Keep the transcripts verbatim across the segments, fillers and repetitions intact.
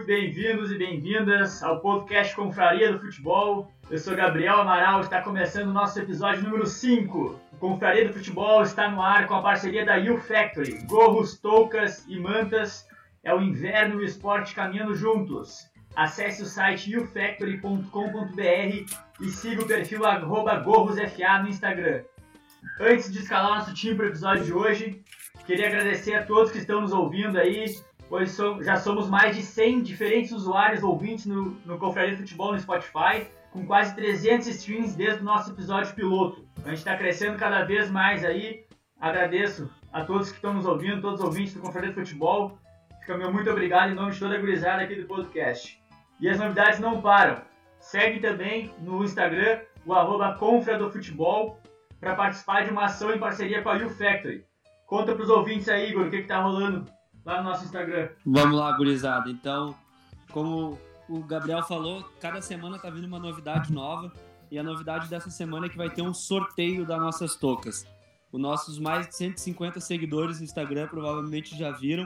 muito bem-vindos e bem-vindas ao podcast Confraria do Futebol. Eu sou Gabriel Amaral, está começando o nosso episódio número cinco. O Confraria do Futebol está no ar com a parceria da U Factory. Gorros, toucas e mantas, é o inverno e o esporte caminhando juntos. Acesse o site u factory ponto com ponto b r e siga o perfil arroba gorrosfa no Instagram. Antes de escalar nosso time para o episódio de hoje, queria agradecer a todos que estão nos ouvindo aí, pois já somos mais de cem diferentes usuários ouvintes no, no Confraria do Futebol no Spotify, com quase trezentos streams desde o nosso episódio piloto. A gente está crescendo cada vez mais aí. Agradeço a todos que estão nos ouvindo, todos os ouvintes do Confraria do Futebol. Fica meu muito obrigado em nome de toda a gurizada aqui do podcast. E as novidades não param. Segue também no Instagram o arroba Confra do Futebol para participar de uma ação em parceria com a U Factory. Conta para os ouvintes aí, Igor, o que está rolando lá no nosso Instagram. Vamos lá, gurizada. Então, como o Gabriel falou, cada semana tá vindo uma novidade nova. E a novidade dessa semana é que vai ter um sorteio das nossas toucas. Os nossos mais de cento e cinquenta seguidores no Instagram provavelmente já viram.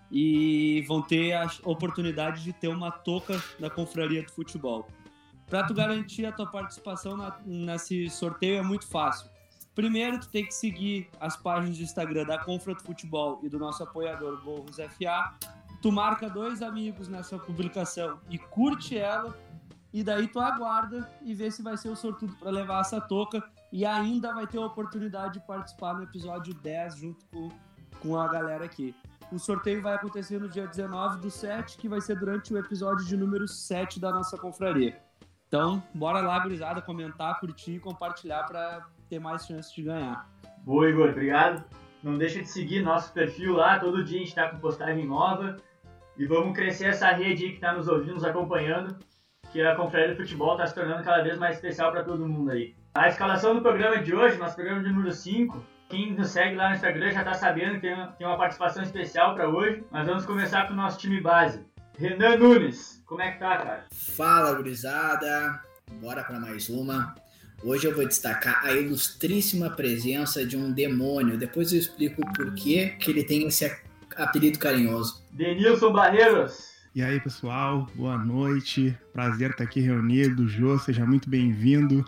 E vão ter a oportunidade de ter uma touca da Confraria do Futebol. Para tu garantir a tua participação na, nesse sorteio é muito fácil. Primeiro, tu tem que seguir as páginas do Instagram da Confra do Futebol e do nosso apoiador Gorros F A. Tu marca dois amigos nessa publicação e curte ela, e daí tu aguarda e vê se vai ser o sortudo para levar essa touca, e ainda vai ter a oportunidade de participar no episódio dez junto com, com a galera aqui. O sorteio vai acontecer no dia dezenove do sete, que vai ser durante o episódio de número sete da nossa confraria. Então, bora lá, gurizada, comentar, curtir e compartilhar para ter mais chances de ganhar. Boa, Igor, obrigado. Não deixa de seguir nosso perfil lá, todo dia a gente está com postagem nova. E vamos crescer essa rede aí que está nos ouvindo, nos acompanhando, que a Confraria do Futebol está se tornando cada vez mais especial para todo mundo aí. A escalação do programa de hoje, nosso programa de número cinco, quem nos segue lá no Instagram já está sabendo que tem, tem uma participação especial para hoje. Mas vamos começar com o nosso time base. Renan Nunes, como é que tá, cara? Fala, gurizada. Bora para mais uma. Hoje eu vou destacar a ilustríssima presença de um demônio. Depois eu explico o porquê que ele tem esse apelido carinhoso. Denilson Barreiros. E aí, pessoal, boa noite. Prazer estar aqui reunido. Jô, seja muito bem-vindo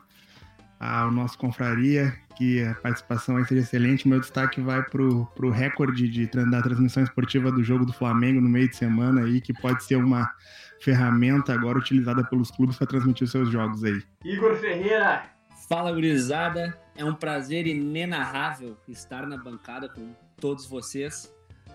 ao nosso Confraria, que a participação vai ser excelente. Meu destaque vai pro, pro recorde de, da transmissão esportiva do jogo do Flamengo no meio de semana aí, que pode ser uma ferramenta agora utilizada pelos clubes para transmitir os seus jogos aí. Igor Ferreira. Fala, gurizada. É um prazer inenarrável estar na bancada com todos vocês.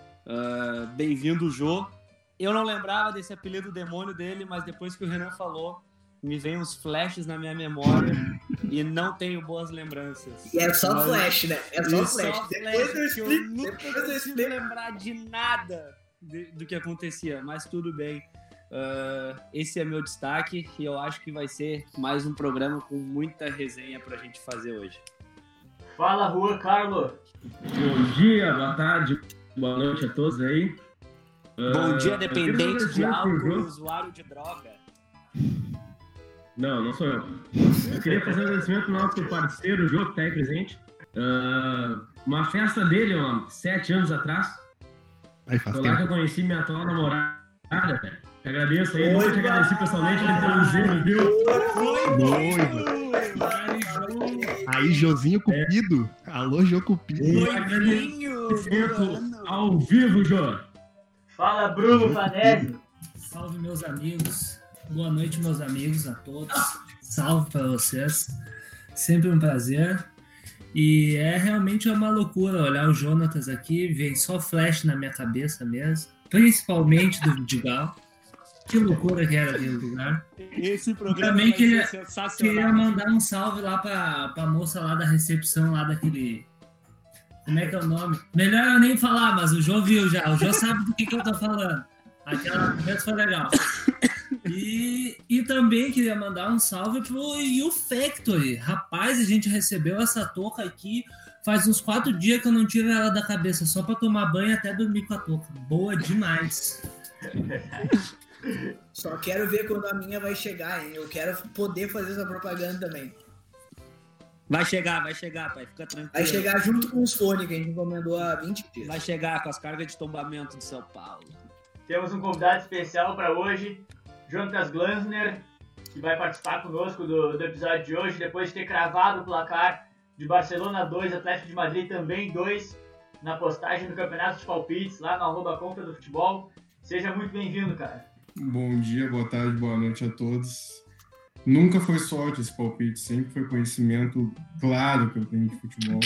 Uh, bem-vindo, Jô. Eu não lembrava desse apelido demônio dele, mas depois que o Renan falou, me vem uns flashes na minha memória e não tenho boas lembranças. E é só mas... flash, né? É só e flash. Só depois flash eu explico. eu nunca Depois eu consigo explico. lembrar de nada de, do que acontecia, mas tudo bem. Uh, esse é meu destaque e eu acho que vai ser mais um programa com muita resenha pra gente fazer hoje. Fala, Juan Carlos. Bom dia, boa tarde, boa noite a todos aí. Bom uh, dia, dependente de álcool e jogo. usuário de droga. Não, não sou eu. Eu queria fazer um agradecimento ao nosso parceiro, o Jô, que tá aí presente. Uh, uma festa dele, ó, sete anos atrás. Aí faz Foi lá que eu tempo. conheci minha atual namorada, velho. Te agradeço aí, nunca te agradeci pessoalmente, ele tem um zero, viu? Noivo. Aí, Jozinho Cupido. Alô, Jô Cupido. Um agradecimento ao vivo, Jô. Fala, Bruno Fanese. Salve, meus amigos. Boa noite, meus amigos, a todos. Salve para vocês. Sempre um prazer. E é realmente uma loucura olhar o Jonatas aqui, vem só flash na minha cabeça mesmo. Principalmente do Vidigal. Que loucura que era aquele lugar. Esse programa Também vai queria, ser sensacional. queria mandar um salve lá pra, pra moça lá da recepção, lá daquele... Como é que é o nome? Melhor eu nem falar, mas o Jô viu já. O Jô sabe do que, que eu tô falando. Aquela vez foi legal. E, e também queria mandar um salve pro U Factory. Rapaz, a gente recebeu essa touca aqui faz uns quatro dias que eu não tiro ela da cabeça, só pra tomar banho e até dormir com a touca. Boa demais. Só quero ver quando a minha vai chegar, hein? Eu quero poder fazer essa propaganda também. Vai chegar, vai chegar, pai. Fica tranquilo. Vai chegar junto com os fones que a gente encomendou há vinte dias. Vai chegar com as cargas de tombamento de São Paulo. temos um convidado especial para hoje, Jonatas Glanzner, que vai participar conosco do, do episódio de hoje, depois de ter cravado o placar de Barcelona dois, Atlético de Madrid também dois, na postagem do Campeonato de Palpites, lá no arroba Confra do Futebol. Seja muito bem-vindo, cara. Bom dia, boa tarde, boa noite a todos. Nunca foi sorte esse palpite, sempre foi conhecimento claro que eu tenho de futebol.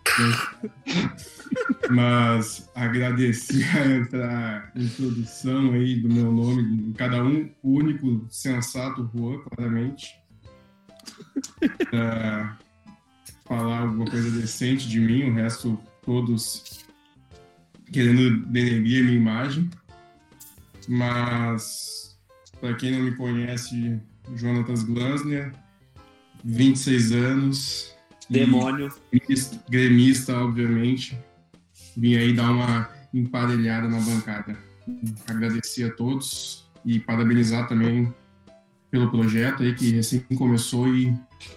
Mas agradecer a introdução aí do meu nome, cada um único, sensato, Juan, claramente. Uh, falar alguma coisa decente de mim, o resto todos querendo denegrir a minha imagem. Mas, para quem não me conhece, Jonatas Glanzner, vinte e seis anos. Demônio. Gremista, gremista, obviamente. Vim aí dar uma emparelhada na bancada. Agradecer a todos e parabenizar também pelo projeto aí, que recém começou e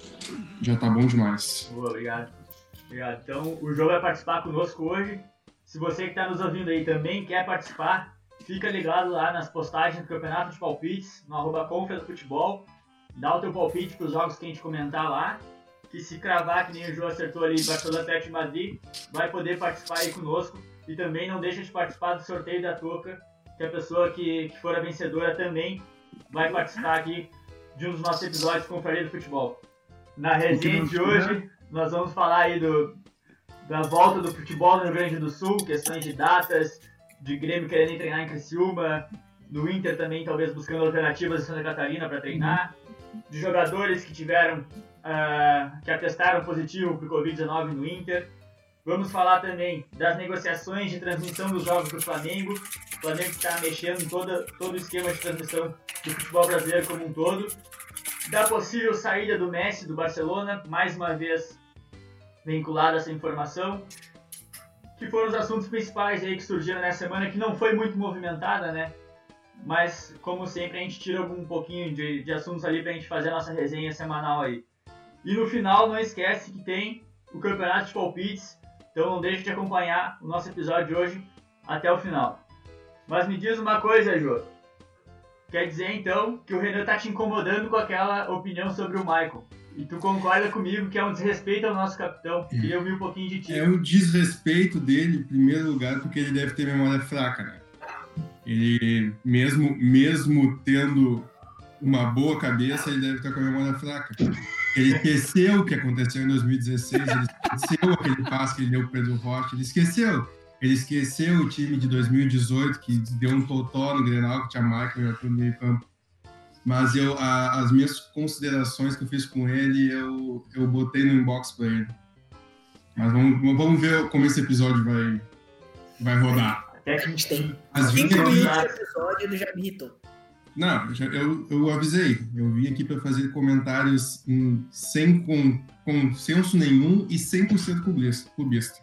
já tá bom demais. Boa, obrigado. Obrigado. Então, o João vai participar conosco hoje. Se você que está nos ouvindo aí também quer participar, fica ligado lá nas postagens do Campeonato de Palpites, no arroba Confra do Futebol. Dá o teu palpite para os jogos que a gente comentar lá. Que se cravar, que nem o João acertou ali, Barcelona Atlético de Madrid, vai poder participar aí conosco. E também não deixa de participar do sorteio da touca, que a pessoa que, que for a vencedora também vai participar aqui de um dos nossos episódios de Confraria do Futebol. Na resenha de hoje, nós vamos falar aí do, da volta do futebol no Rio Grande do Sul, questões de datas, de Grêmio querendo treinar em Criciúma, do Inter também talvez buscando alternativas em Santa Catarina para treinar, de jogadores que tiveram, uh, que atestaram positivo para o covid dezenove no Inter. Vamos falar também das negociações de transmissão dos jogos do Flamengo, o Flamengo está mexendo em toda, todo o esquema de transmissão do futebol brasileiro como um todo, da possível saída do Messi do Barcelona, mais uma vez vinculada a essa informação, que foram os assuntos principais aí que surgiram nessa semana, que não foi muito movimentada, né? Mas, como sempre, a gente tira algum pouquinho de, de assuntos ali pra gente fazer a nossa resenha semanal aí. E no final, não esquece que tem o Campeonato de Palpites, então não deixe de acompanhar o nosso episódio de hoje até o final. Mas me diz uma coisa, Jô. Quer dizer, então, que o Renan tá te incomodando com aquela opinião sobre o Michael. E tu concorda comigo que é um desrespeito ao nosso capitão. Queria ouvir um pouquinho de ti. É um desrespeito dele, em primeiro lugar, porque ele deve ter memória fraca, né? Ele, mesmo, mesmo tendo uma boa cabeça, ele deve estar com a memória fraca. Ele esqueceu o que aconteceu em dois mil e dezesseis, ele esqueceu aquele passe que ele deu para o Pedro Rocha, ele esqueceu. Ele esqueceu o time de dois mil e dezoito, que deu um totó no Grenal, que tinha Michael e Arthur no meio campo. Mas eu, a, as minhas considerações que eu fiz com ele, eu, eu botei no inbox para ele. Mas vamos, vamos ver como esse episódio vai, vai rodar. A gente tem As cinco vinhas- minutos de episódio e ele já me irritou. Não, já- eu, eu avisei. Eu vim aqui para fazer comentários hum, sem com, com senso nenhum e cem por cento clubista. clubista.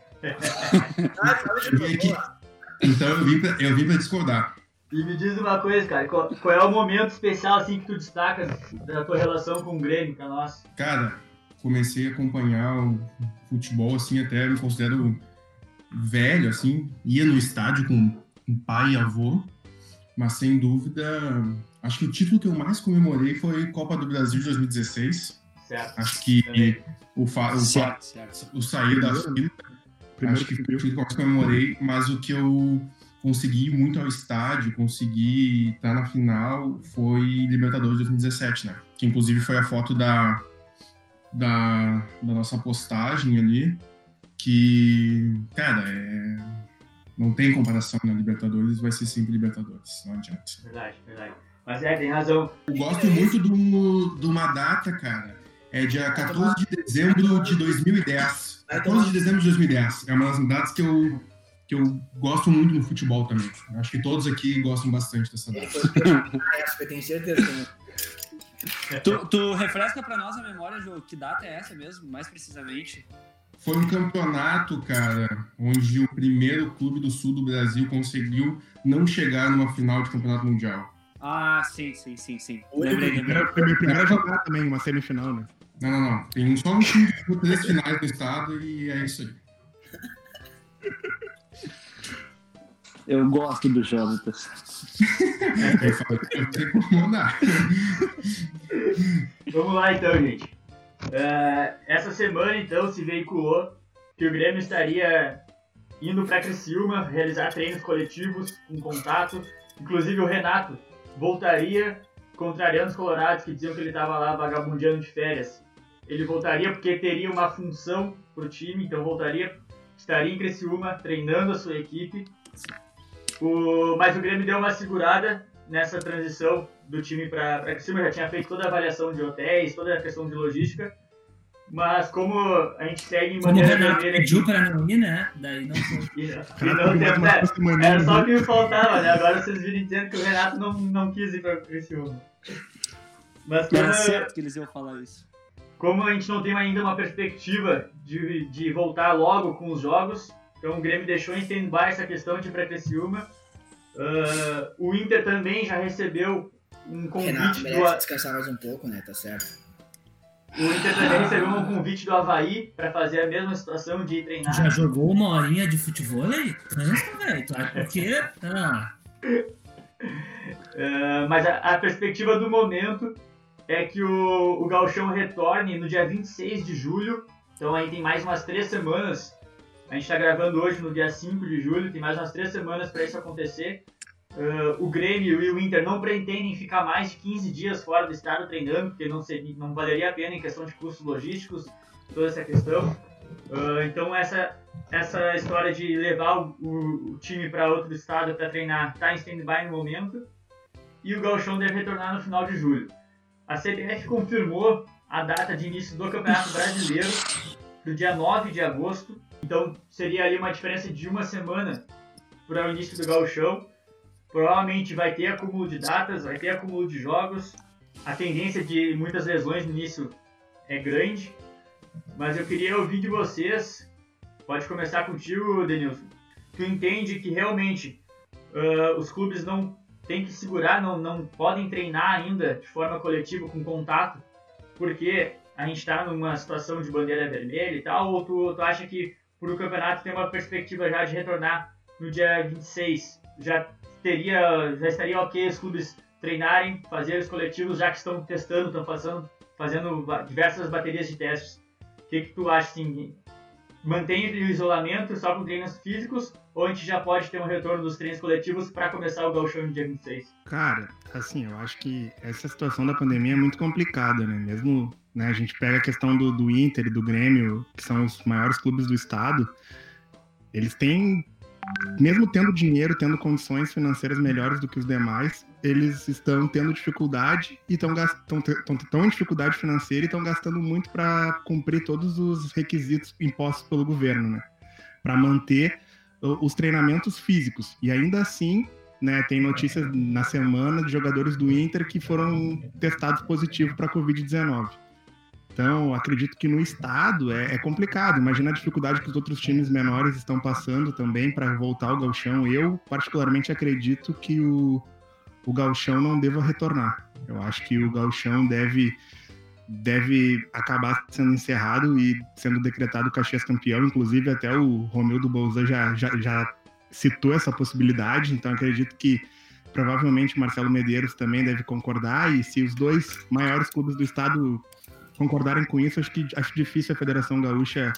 Ah, fala de Eu vim aqui- novo. Então eu vim pra- eu vim para discordar. E me diz uma coisa, cara. Qual, qual é o momento especial assim que tu destaca da tua relação com o Grêmio, pra nós? Cara, comecei a acompanhar o futebol, assim, até me considero velho, assim. Ia no estádio com, com pai e avô, mas sem dúvida, acho que o título que eu mais comemorei foi Copa do Brasil de dois mil e dezesseis. Certo. Acho que Também. o, fa o, fa Certo, certo. o sair da fila, Primeiro acho que que foi o título que eu mais comemorei, mas o que eu consegui ir muito ao estádio, consegui estar na final, foi Libertadores de dois mil e dezessete, né? Que inclusive foi a foto da, da, da nossa postagem ali, que, cara, é, não tem comparação, né? Libertadores vai ser sempre Libertadores, não adianta. Verdade, verdade. Mas é, tem razão. Eu gosto muito de um- de uma data, cara, é dia quatorze de dezembro de dois mil e dez. quatorze de dezembro de dois mil e dez. É uma das datas que eu, que eu gosto muito no futebol também. Acho que todos aqui gostam bastante dessa Ele data. foi questionar essa, eu tenho certeza que não. Tu, tu refresca pra nós a memória, Jô, que data é essa mesmo, mais precisamente? Foi um campeonato, cara, onde o primeiro clube do sul do Brasil conseguiu não chegar numa final de campeonato mundial. Ah, sim, sim, sim, sim. Oi, Lembrei, lembrei. Primeira, primeira, primeira jogada também, uma semifinal, né? Não, não, não. Tem só um time que ficou três finais no estado e é isso aí. Eu gosto do Jonatas. Eu falo que eu tenho que incomodar. Vamos lá então, gente. Uh, essa semana, então, se veiculou que o Grêmio estaria indo para Criciúma realizar treinos coletivos com contato. Inclusive o Renato voltaria, contrariando os colorados que diziam que ele estava lá vagabundeando de férias. Ele voltaria porque teria uma função para o time, então voltaria, estaria em Criciúma treinando a sua equipe. O, mas o Grêmio deu uma segurada nessa transição do time para Criciúma, já tinha feito toda a avaliação de hotéis, toda a questão de logística. Mas como a gente segue em maneira Como o Renato vermelha... pediu pra não ir, né? Daí não foi. E, e não teve, é, era só o que me faltava, né? Agora vocês virem dizendo que o Renato não, não quis ir pra Criciúma. Mas como, Era certo que eles iam falar isso. Como a gente não tem ainda uma perspectiva de, de voltar logo com os jogos, então o Grêmio deixou em stand-by essa questão de ir pra Criciúma. Uh, o Inter também já recebeu um convite... Renato merece do... descansar mais um pouco, né? Tá certo. O Inter também recebeu um convite do Avaí para fazer a mesma situação de treinar. Já jogou uma horinha de futebol aí? Cansa, velho. Tu acha por quê? Ah. Uh, mas a, a perspectiva do momento é que o, o Gauchão retorne no dia vinte e seis de julho. Então aí tem mais umas três semanas. A gente está gravando hoje no dia cinco de julho. Tem mais umas três semanas para isso acontecer. Uh, o Grêmio e o Inter não pretendem ficar mais de quinze dias fora do estado treinando, porque não, seria, não valeria a pena em questão de custos logísticos, toda essa questão. Uh, então essa, essa história de levar o, o, o time para outro estado para treinar está em stand-by no momento, e o Gauchão deve retornar no final de julho. A C B F confirmou a data de início do Campeonato Brasileiro do dia nove de agosto, então seria ali uma diferença de uma semana para o início do Gauchão. Provavelmente vai ter acúmulo de datas, vai ter acúmulo de jogos. A tendência de muitas lesões no início é grande. Mas eu queria ouvir de vocês, pode começar contigo, Denilson. Tu entende que realmente uh, os clubes não têm que segurar, não, não podem treinar ainda de forma coletiva com contato, porque a gente está numa situação de bandeira vermelha e tal, ou tu, tu acha que por o campeonato tem uma perspectiva já de retornar no dia vinte e seis? Já teria, já estaria ok os clubes treinarem, fazer os coletivos, já que estão testando, estão fazendo, fazendo diversas baterias de testes. O que, que tu acha, assim, mantém o isolamento só com treinos físicos, ou a gente já pode ter um retorno dos treinos coletivos para começar o Gauchão no dia vinte e seis? Cara, assim, eu acho que essa situação da pandemia é muito complicada, né? Mesmo, né, a gente pega a questão do, do Inter e do Grêmio, que são os maiores clubes do estado, eles têm... Mesmo tendo dinheiro, tendo condições financeiras melhores do que os demais, eles estão tendo dificuldade e estão em dificuldade financeira e estão gastando muito para cumprir todos os requisitos impostos pelo governo, né? Para manter os treinamentos físicos. E ainda assim, né, tem notícias na semana de jogadores do Inter que foram testados positivos para covid dezenove. Então, acredito que no estado é, é complicado. Imagina a dificuldade que os outros times menores estão passando também para voltar ao Gauchão. Eu, particularmente, acredito que o, o Gauchão não deva retornar. Eu acho que o Gauchão deve, deve acabar sendo encerrado e sendo decretado Caxias campeão. Inclusive, até o Romildo Bolzan já, já, já citou essa possibilidade. Então, acredito que provavelmente Marcelo Medeiros também deve concordar. E se os dois maiores clubes do estado concordarem com isso, acho que acho difícil a Federação Gaúcha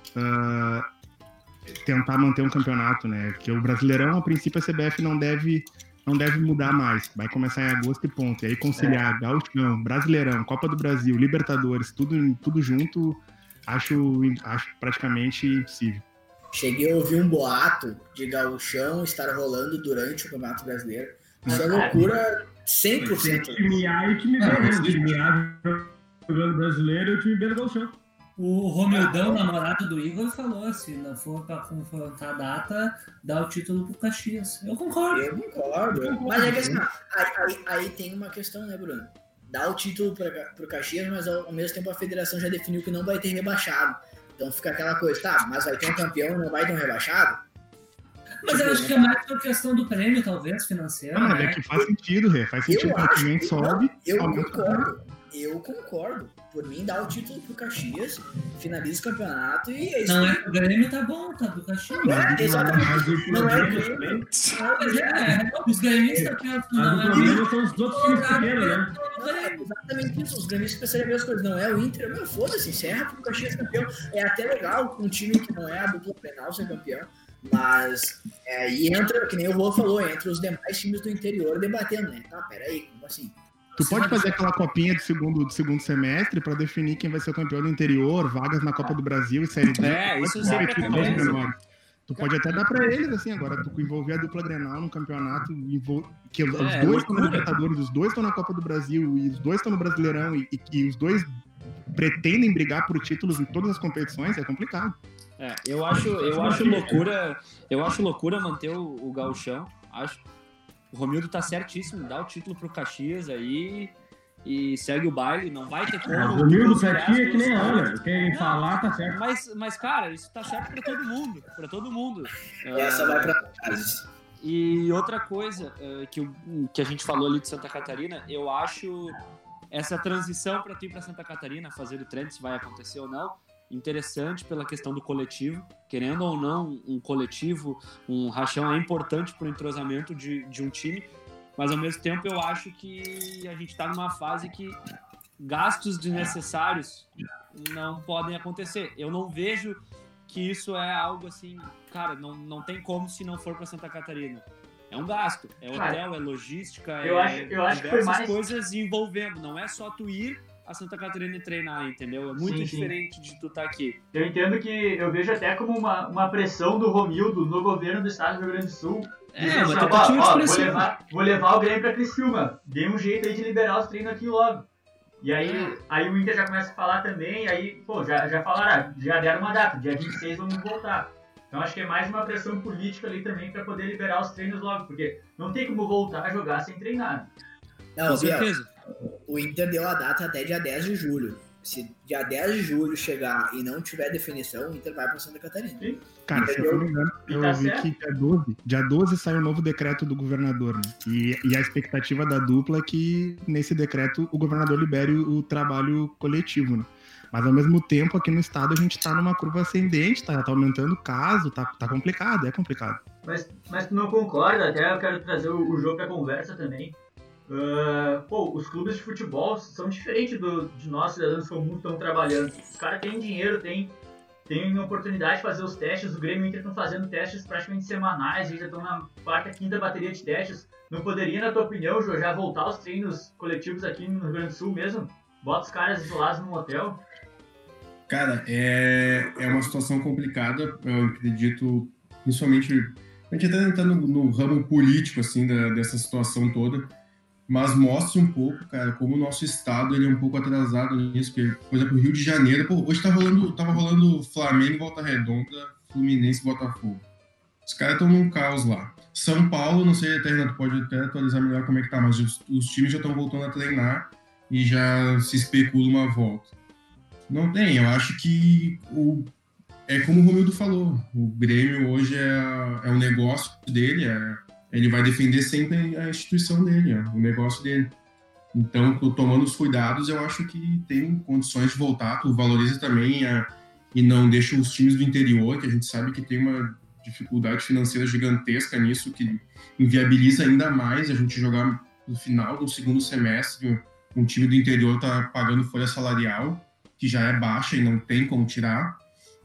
uh, tentar manter um campeonato, né? Porque o Brasileirão, a princípio, a C B F não deve, não deve mudar mais. Vai começar em agosto e ponto. E aí conciliar é. Gauchão, Brasileirão, Copa do Brasil, Libertadores, tudo, tudo junto, acho, acho praticamente impossível. Cheguei a ouvir um boato de Gauchão estar rolando durante o Campeonato Brasileiro. Isso é loucura cem por cento. Time A e time B, né? O time A jogando brasileiro e o time B do Gauchão. O Romildão, namorado do Igor, falou: se não for pra confrontar a data, dá o título pro Caxias. Eu concordo. Eu concordo. Eu concordo. Mas é que assim, aí, aí, aí tem uma questão, né, Bruno? Dá o título pra, pro Caxias, mas ao, ao mesmo tempo a federação já definiu que não vai ter rebaixado. Então fica aquela coisa, tá, mas vai ter um campeão, não vai ter um rebaixado? Mas eu acho que é mais uma questão do prêmio, talvez, financeiro. Ah, né? é que faz sentido, Rê. Faz sentido que o cliente sobe. Eu concordo. eu concordo. Por mim, dá o título pro Caxias, finaliza o campeonato e é isso. Não, aí. é, o Grêmio tá bom, tá do Caxias. É, exatamente. Mas o Não é o problema Grêmio. também- Mas é, os gremistas pensam, mas não o é problema são os outros times pequenos, né? Não, é exatamente isso. Os gremistas pensam a mesma coisa. Não é o Inter, meu, foda-se, encerra pro Caxias campeão. É até legal um time que não é a dupla penal ser campeão. Mas, é, e entra, que nem o Rô falou, entra os demais times do interior debatendo, né? Tá, peraí, como assim? Tu pode fazer aquela copinha de segundo, de segundo semestre pra definir quem vai ser o campeão do interior, vagas na Copa do Brasil e Série D. É, isso Pode sempre competir com os acontece. menores. Tu pode até dar pra eles, assim, agora, tu envolver a dupla Grenal num campeonato, envol- que os É, dois estão na loucura. Libertadores, os dois estão na Copa do Brasil, e os dois estão no Brasileirão, e, e, e os dois pretendem brigar por títulos em todas as competições, é complicado. É, eu acho, eu acho loucura, eu acho loucura manter o, o gauchão. Acho. O Romildo tá certíssimo, dá o título pro Caxias aí e segue o baile, não vai ter como. O Romildo pra conciliar ti as é que nem a duas Ana. coisas. Quem Não, falar tá certo. Mas, mas, cara, isso tá certo pra todo mundo, pra todo mundo. Essa Ah, vai pra casa. E outra coisa eh, que, o- que a gente falou ali de Santa Catarina, eu acho essa transição para tu ir para Santa Catarina, fazer o treino, se vai acontecer ou não, interessante pela questão do coletivo. Querendo ou não, um coletivo, um rachão é importante para o entrosamento de, de um time, mas ao mesmo tempo eu acho que a gente está numa fase que gastos desnecessários não podem acontecer. Eu não vejo que isso é algo assim, cara, não, não tem como se não for para Santa Catarina. É um gasto, é hotel, Cara, é logística, eu é acho- eu acho que foi diversas mais- coisas envolvendo. Não é só tu ir a Santa Catarina e treinar, entendeu? É muito Sim, sim. diferente de tu estar aqui. Eu entendo que eu vejo até como uma, uma pressão do Romildo no governo do estado do Rio Grande do Sul. É, Dizer uma assim, ó, tentativa ó, de vou pressão. levar, vou levar o Grêmio pra Criciúma. Dê um jeito aí de liberar os treinos aqui logo. E aí, aí o Inter já começa a falar também, aí, pô, já, já falaram, ah, já deram uma data, dia vinte e seis vamos voltar. Então acho que é mais uma pressão política ali também pra poder liberar os treinos logo, porque não tem como voltar a jogar sem treinar. Não, Com Biel, certeza. o Inter deu a data até dia dez de julho. Se dia dez de julho chegar e não tiver definição, o Inter vai pra Santa Catarina. Cara, se eu não me engano, E eu tá vi certo. que dia doze, dia doze sai o novo decreto do governador, né? E, e a expectativa da dupla é que nesse decreto o governador libere o, o trabalho coletivo, né? Mas ao mesmo tempo, aqui no estado, a gente tá numa curva ascendente, tá, tá aumentando o caso, tá, tá complicado, é complicado. Mas, mas tu não concorda, até eu quero trazer o, o jogo pra conversa também. Ah, pô, os clubes de futebol são diferentes do, de nós, cidadãos comuns, que estão trabalhando. Os caras têm dinheiro, têm, têm oportunidade de fazer os testes. O Grêmio e o Inter estão fazendo testes praticamente semanais, eles já estão na quarta, quinta bateria de testes. Não poderia, na tua opinião, Jô, já voltar aos treinos coletivos aqui no Rio Grande do Sul mesmo? Bota os caras isolados num hotel? Cara, é, é uma situação complicada, eu acredito, principalmente, a gente até entra no, no ramo político, assim, da, dessa situação toda, mas mostra um pouco, cara, como o nosso estado, ele é um pouco atrasado nisso, porque, por exemplo, o Rio de Janeiro, pô, hoje tá rolando, tava rolando Flamengo, Volta Redonda, Fluminense e Botafogo. Os caras estão num caos lá. São Paulo, não sei, até, Renato, pode até atualizar melhor como é que tá, mas os, os times já estão voltando a treinar e já se especula uma volta. Não tem, eu acho que o, é como o Romildo falou, o Grêmio hoje é, é um negócio dele, é, ele vai defender sempre a instituição dele, é o negócio dele. Então, tô tomando os cuidados, eu acho que tem condições de voltar, tu valoriza também a, e não deixa os times do interior, que a gente sabe que tem uma dificuldade financeira gigantesca nisso, que inviabiliza ainda mais a gente jogar no final do segundo semestre, um time do interior tá pagando folha salarial, que já é baixa e não tem como tirar.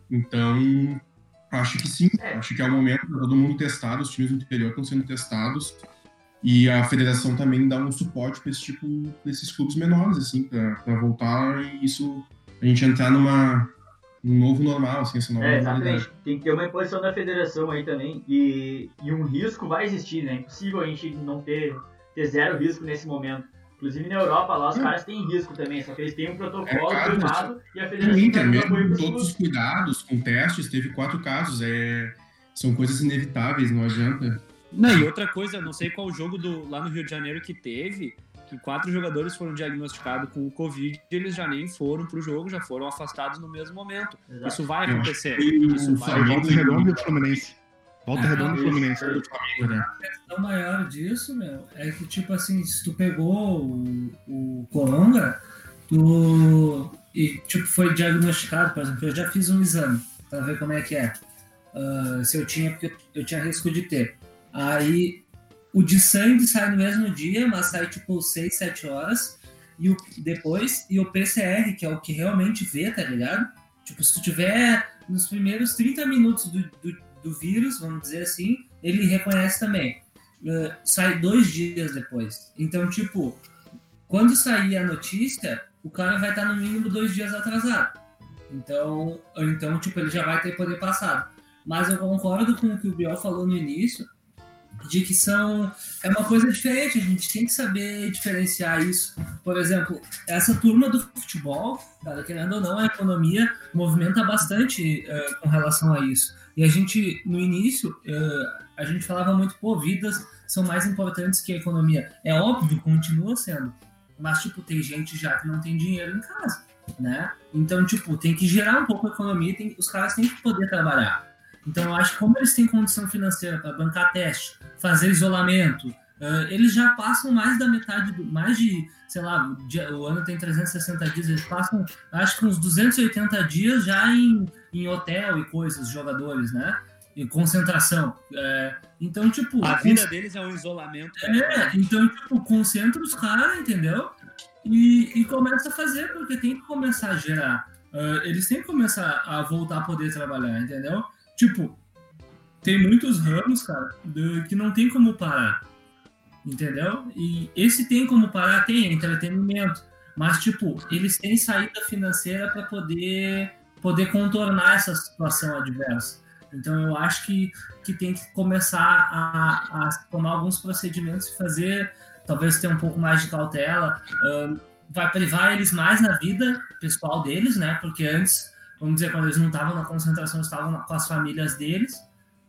Então, acho que sim. É. Acho que é o momento de todo mundo testar, os times do interior estão sendo testados e a federação também dá um suporte para esse tipo, pra esses clubes menores, assim, para voltar e isso, a gente entrar numa um novo normal, assim, essa nova É, normalidade. exatamente. Tem que ter uma imposição da federação aí também. E, e um risco vai existir, né? É impossível a gente não ter, ter zero risco nesse momento. Inclusive na Europa lá os Hum. caras têm risco também, só que eles têm um protocolo É, claro, firmado e a O federação Inter, tá dando mesmo apoio com pros todos os clubes. cuidados, com testes, teve quatro casos. É... São coisas inevitáveis, não adianta. Não, e outra coisa, não sei qual jogo do, lá no Rio de Janeiro que teve, que quatro jogadores foram diagnosticados com o Covid e eles já nem foram pro jogo, já foram afastados no mesmo momento. Exato. Isso vai acontecer. E o Isso vai Aí Flamengo Volta Redonda e o Fluminense. Volta Ah, Redonda e o Fluminense. né? A questão maior disso, meu, é que, tipo assim, se tu pegou o, o Colonga, tu e tipo foi diagnosticado, por exemplo, eu já fiz um exame para ver como é que é, uh, se eu tinha, porque eu tinha risco de ter. Aí o de sangue sai no mesmo dia, mas sai tipo seis, sete horas, e o, depois, e o P C R, que é o que realmente vê, tá ligado? Tipo, se tu tiver nos primeiros trinta minutos do, do, do vírus, vamos dizer assim, ele reconhece também. Uh, sai dois dias depois. Então, tipo, quando sair a notícia, o cara vai estar no mínimo dois dias atrasado. Então, então, tipo, ele já vai ter poder passado. Mas eu concordo com o que o Biel falou no início, de que são... É uma coisa diferente, a gente tem que saber diferenciar isso. Por exemplo, essa turma do futebol, cara, querendo ou não, a economia movimenta bastante uh, com relação a isso. E a gente, no início, uh, a gente falava muito, pô, vidas são mais importantes que a economia. É óbvio, continua sendo. Mas, tipo, tem gente já que não tem dinheiro em casa, né? Então, tipo, tem que gerar um pouco a economia, tem, os caras têm que poder trabalhar. Então, eu acho que como eles têm condição financeira para bancar teste, fazer isolamento, uh, eles já passam mais da metade, do, mais de, sei lá, o, dia, o ano tem trezentos e sessenta dias, eles passam, acho que uns duzentos e oitenta dias já em, em hotel e coisas, jogadores, né? E concentração. É, então, tipo... A vida deles é um isolamento. É, então, tipo, concentra os caras, entendeu? E, e começa a fazer, porque tem que começar a gerar. Uh, eles têm que começar a voltar a poder trabalhar, entendeu? Tipo, tem muitos ramos, cara, de, que não tem como parar, entendeu? E esse tem como parar, tem entretenimento, mas, tipo, eles têm saída financeira para poder, poder contornar essa situação adversa. Então, eu acho que, que tem que começar a, a tomar alguns procedimentos e fazer, talvez ter um pouco mais de cautela, uh, vai privar eles mais na vida pessoal deles, né? Porque antes... Vamos dizer, quando eles não estavam na concentração, estavam com as famílias deles,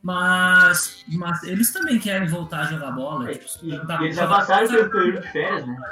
mas, mas eles também querem voltar a jogar bola. É, tipo, e, e eles já passaram pelo período de férias, né?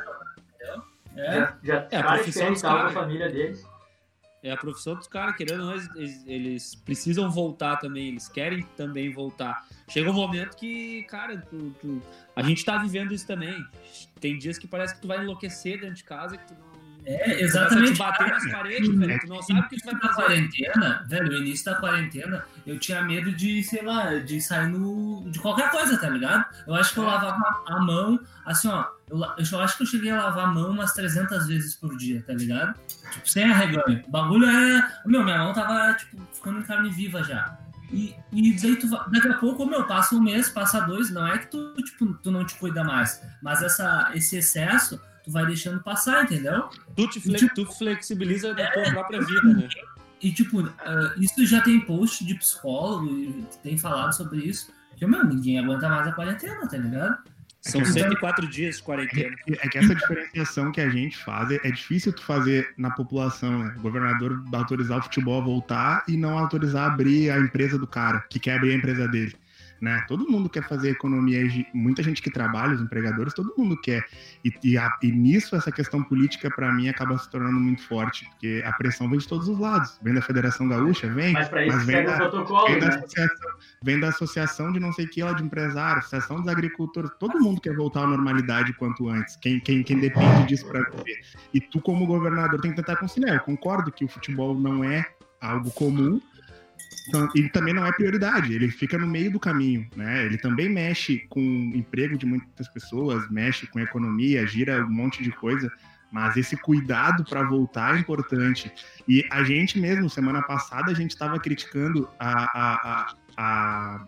É, Já, já É, a ficaram de profissão férias, dos estavam com a caras. família deles. É a profissão dos caras, querendo ou não, eles, eles, eles precisam voltar também, eles querem também voltar. Chega um momento que, cara, tu, tu, a gente tá vivendo isso também. Tem dias que parece que tu vai enlouquecer dentro de casa, que tu não... É, exatamente. Tu bater nas paredes, velho, tu não sabe o que tu vai Na fazer. quarentena, velho, no início da quarentena, eu tinha medo de, sei lá, de sair no... de qualquer coisa, tá ligado? Eu acho que eu lavava a mão, assim, ó, eu, eu acho que eu cheguei a lavar a mão umas trezentas vezes por dia, tá ligado? Tipo, sem arreganho. O bagulho era... Meu, minha mão tava, tipo, ficando em carne viva já. E, e daí tu, daqui a pouco, meu, passa um mês, passa dois, não é que tu, tipo, tu não te cuida mais, mas essa, esse excesso... tu vai deixando passar, entendeu? Tu te fle- tipo, tu flexibiliza da tua própria vida, né? E, tipo, uh, isso já tem post de psicólogo que tem falado sobre isso, que, meu, ninguém aguenta mais a quarentena, tá ligado? São cento e quatro dias de quarentena. É que essa diferenciação que a gente faz é, é difícil tu fazer na população, né? O governador autorizar o futebol a voltar e não autorizar abrir a empresa do cara, que quer abrir a empresa dele. Né? Todo mundo quer fazer economia, muita gente que trabalha, os empregadores, todo mundo quer. E, e, a, e nisso essa questão política, para mim, acaba se tornando muito forte, porque a pressão vem de todos os lados. Vem da Federação Gaúcha, vem, mas, pra isso mas vem, da, protocolo, vem, né? da associação, vem da associação de não sei o que lá, de empresários, associação dos agricultores, todo mundo quer voltar à normalidade quanto antes, quem, quem, quem depende disso para viver. E tu, como governador, tem que tentar conciliar. Eu concordo que o futebol não é algo comum, então, ele também não é prioridade, ele fica no meio do caminho, né? Ele também mexe com o emprego de muitas pessoas, mexe com a economia, gira um monte de coisa, mas esse cuidado para voltar é importante. E a gente mesmo, semana passada, a gente estava criticando a, a, a, a,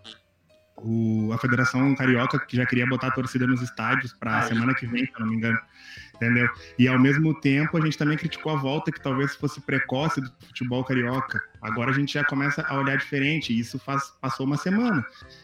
o, a Federação Carioca, que já queria botar a torcida nos estádios para a semana que vem, se eu não me engano. Entendeu? E ao mesmo tempo a gente também criticou a volta que talvez fosse precoce do futebol carioca. Agora a gente já começa a olhar diferente, e isso faz, passou uma semana.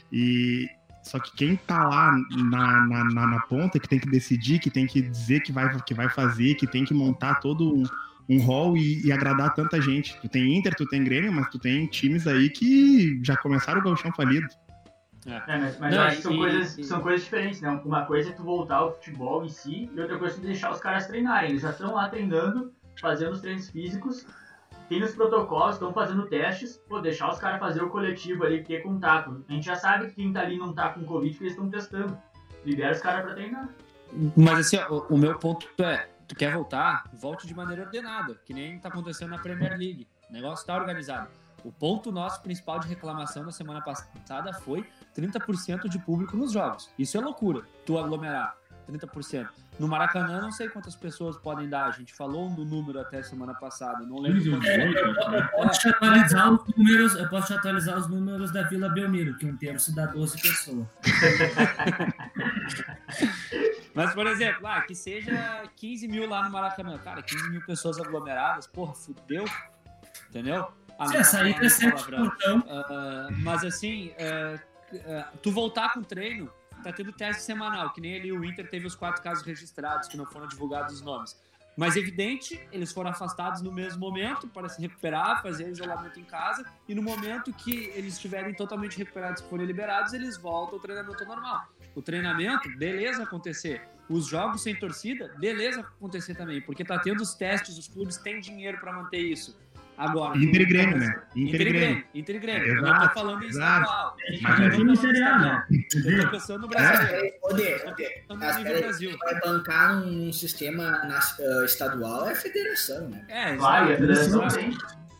E só que quem tá lá na, na, na, na ponta, que tem que decidir, que tem que dizer que vai, que vai fazer, que tem que montar todo um, um hall e, e agradar tanta gente. Tu tem Inter, tu tem Grêmio, mas tu tem times aí que já começaram o gauchão falido. É, mas, mas Não, eu acho que são, e, coisas, e... são coisas diferentes, né? Uma coisa é tu voltar ao futebol em si, e outra coisa é tu deixar os caras treinarem. Eles já estão lá treinando, fazendo os treinos físicos, tem os protocolos, estão fazendo testes, pô, deixar os caras fazer o coletivo ali, ter contato. A gente já sabe que quem tá ali não tá com Covid, porque eles estão testando. Libera os caras pra treinar. Mas assim, ó, o, o meu ponto é, tu quer voltar, volte de maneira ordenada, que nem tá acontecendo na Premier League. O negócio tá organizado. O ponto nosso principal de reclamação na semana passada foi trinta por cento de público nos jogos. Isso é loucura, tu aglomerar trinta por cento. No Maracanã, não sei quantas pessoas podem dar. A gente falou do número até semana passada. Não lembro quantos. É, eu, eu, posso te atualizar os números, eu posso te atualizar os números da Vila Belmiro, que um terço dá doze pessoas. Mas, por exemplo, ah, que seja quinze mil lá no Maracanã. Cara, quinze mil pessoas aglomeradas, porra, fudeu. Entendeu? Ah, Se essa aí é sete portão. Uh, mas assim, uh, uh, tu voltar com o treino, tá tendo teste semanal, que nem ali o Inter teve os quatro casos registrados, que não foram divulgados os nomes. Mas evidente, eles foram afastados no mesmo momento para se recuperar, fazer isolamento em casa, e no momento que eles estiverem totalmente recuperados e forem liberados, eles voltam ao treinamento normal. O treinamento, beleza acontecer. Os jogos sem torcida, beleza acontecer também, porque tá tendo os testes, os clubes têm dinheiro para manter isso. Agora, Inter e Grêmio, né? Inter e Grêmio. Inter e Grêmio. É, eu exato, tô falando em exato. estadual. Mas eu é tô time falando Série A, estadual. né? Eu tô pensando no Brasileiro. Poder, Eu tô poder. pensando Mas no nível peraí, Brasil. quem vai bancar num sistema nas- uh, estadual é a federação, né? É, Vai, a exato, federação exato. tem.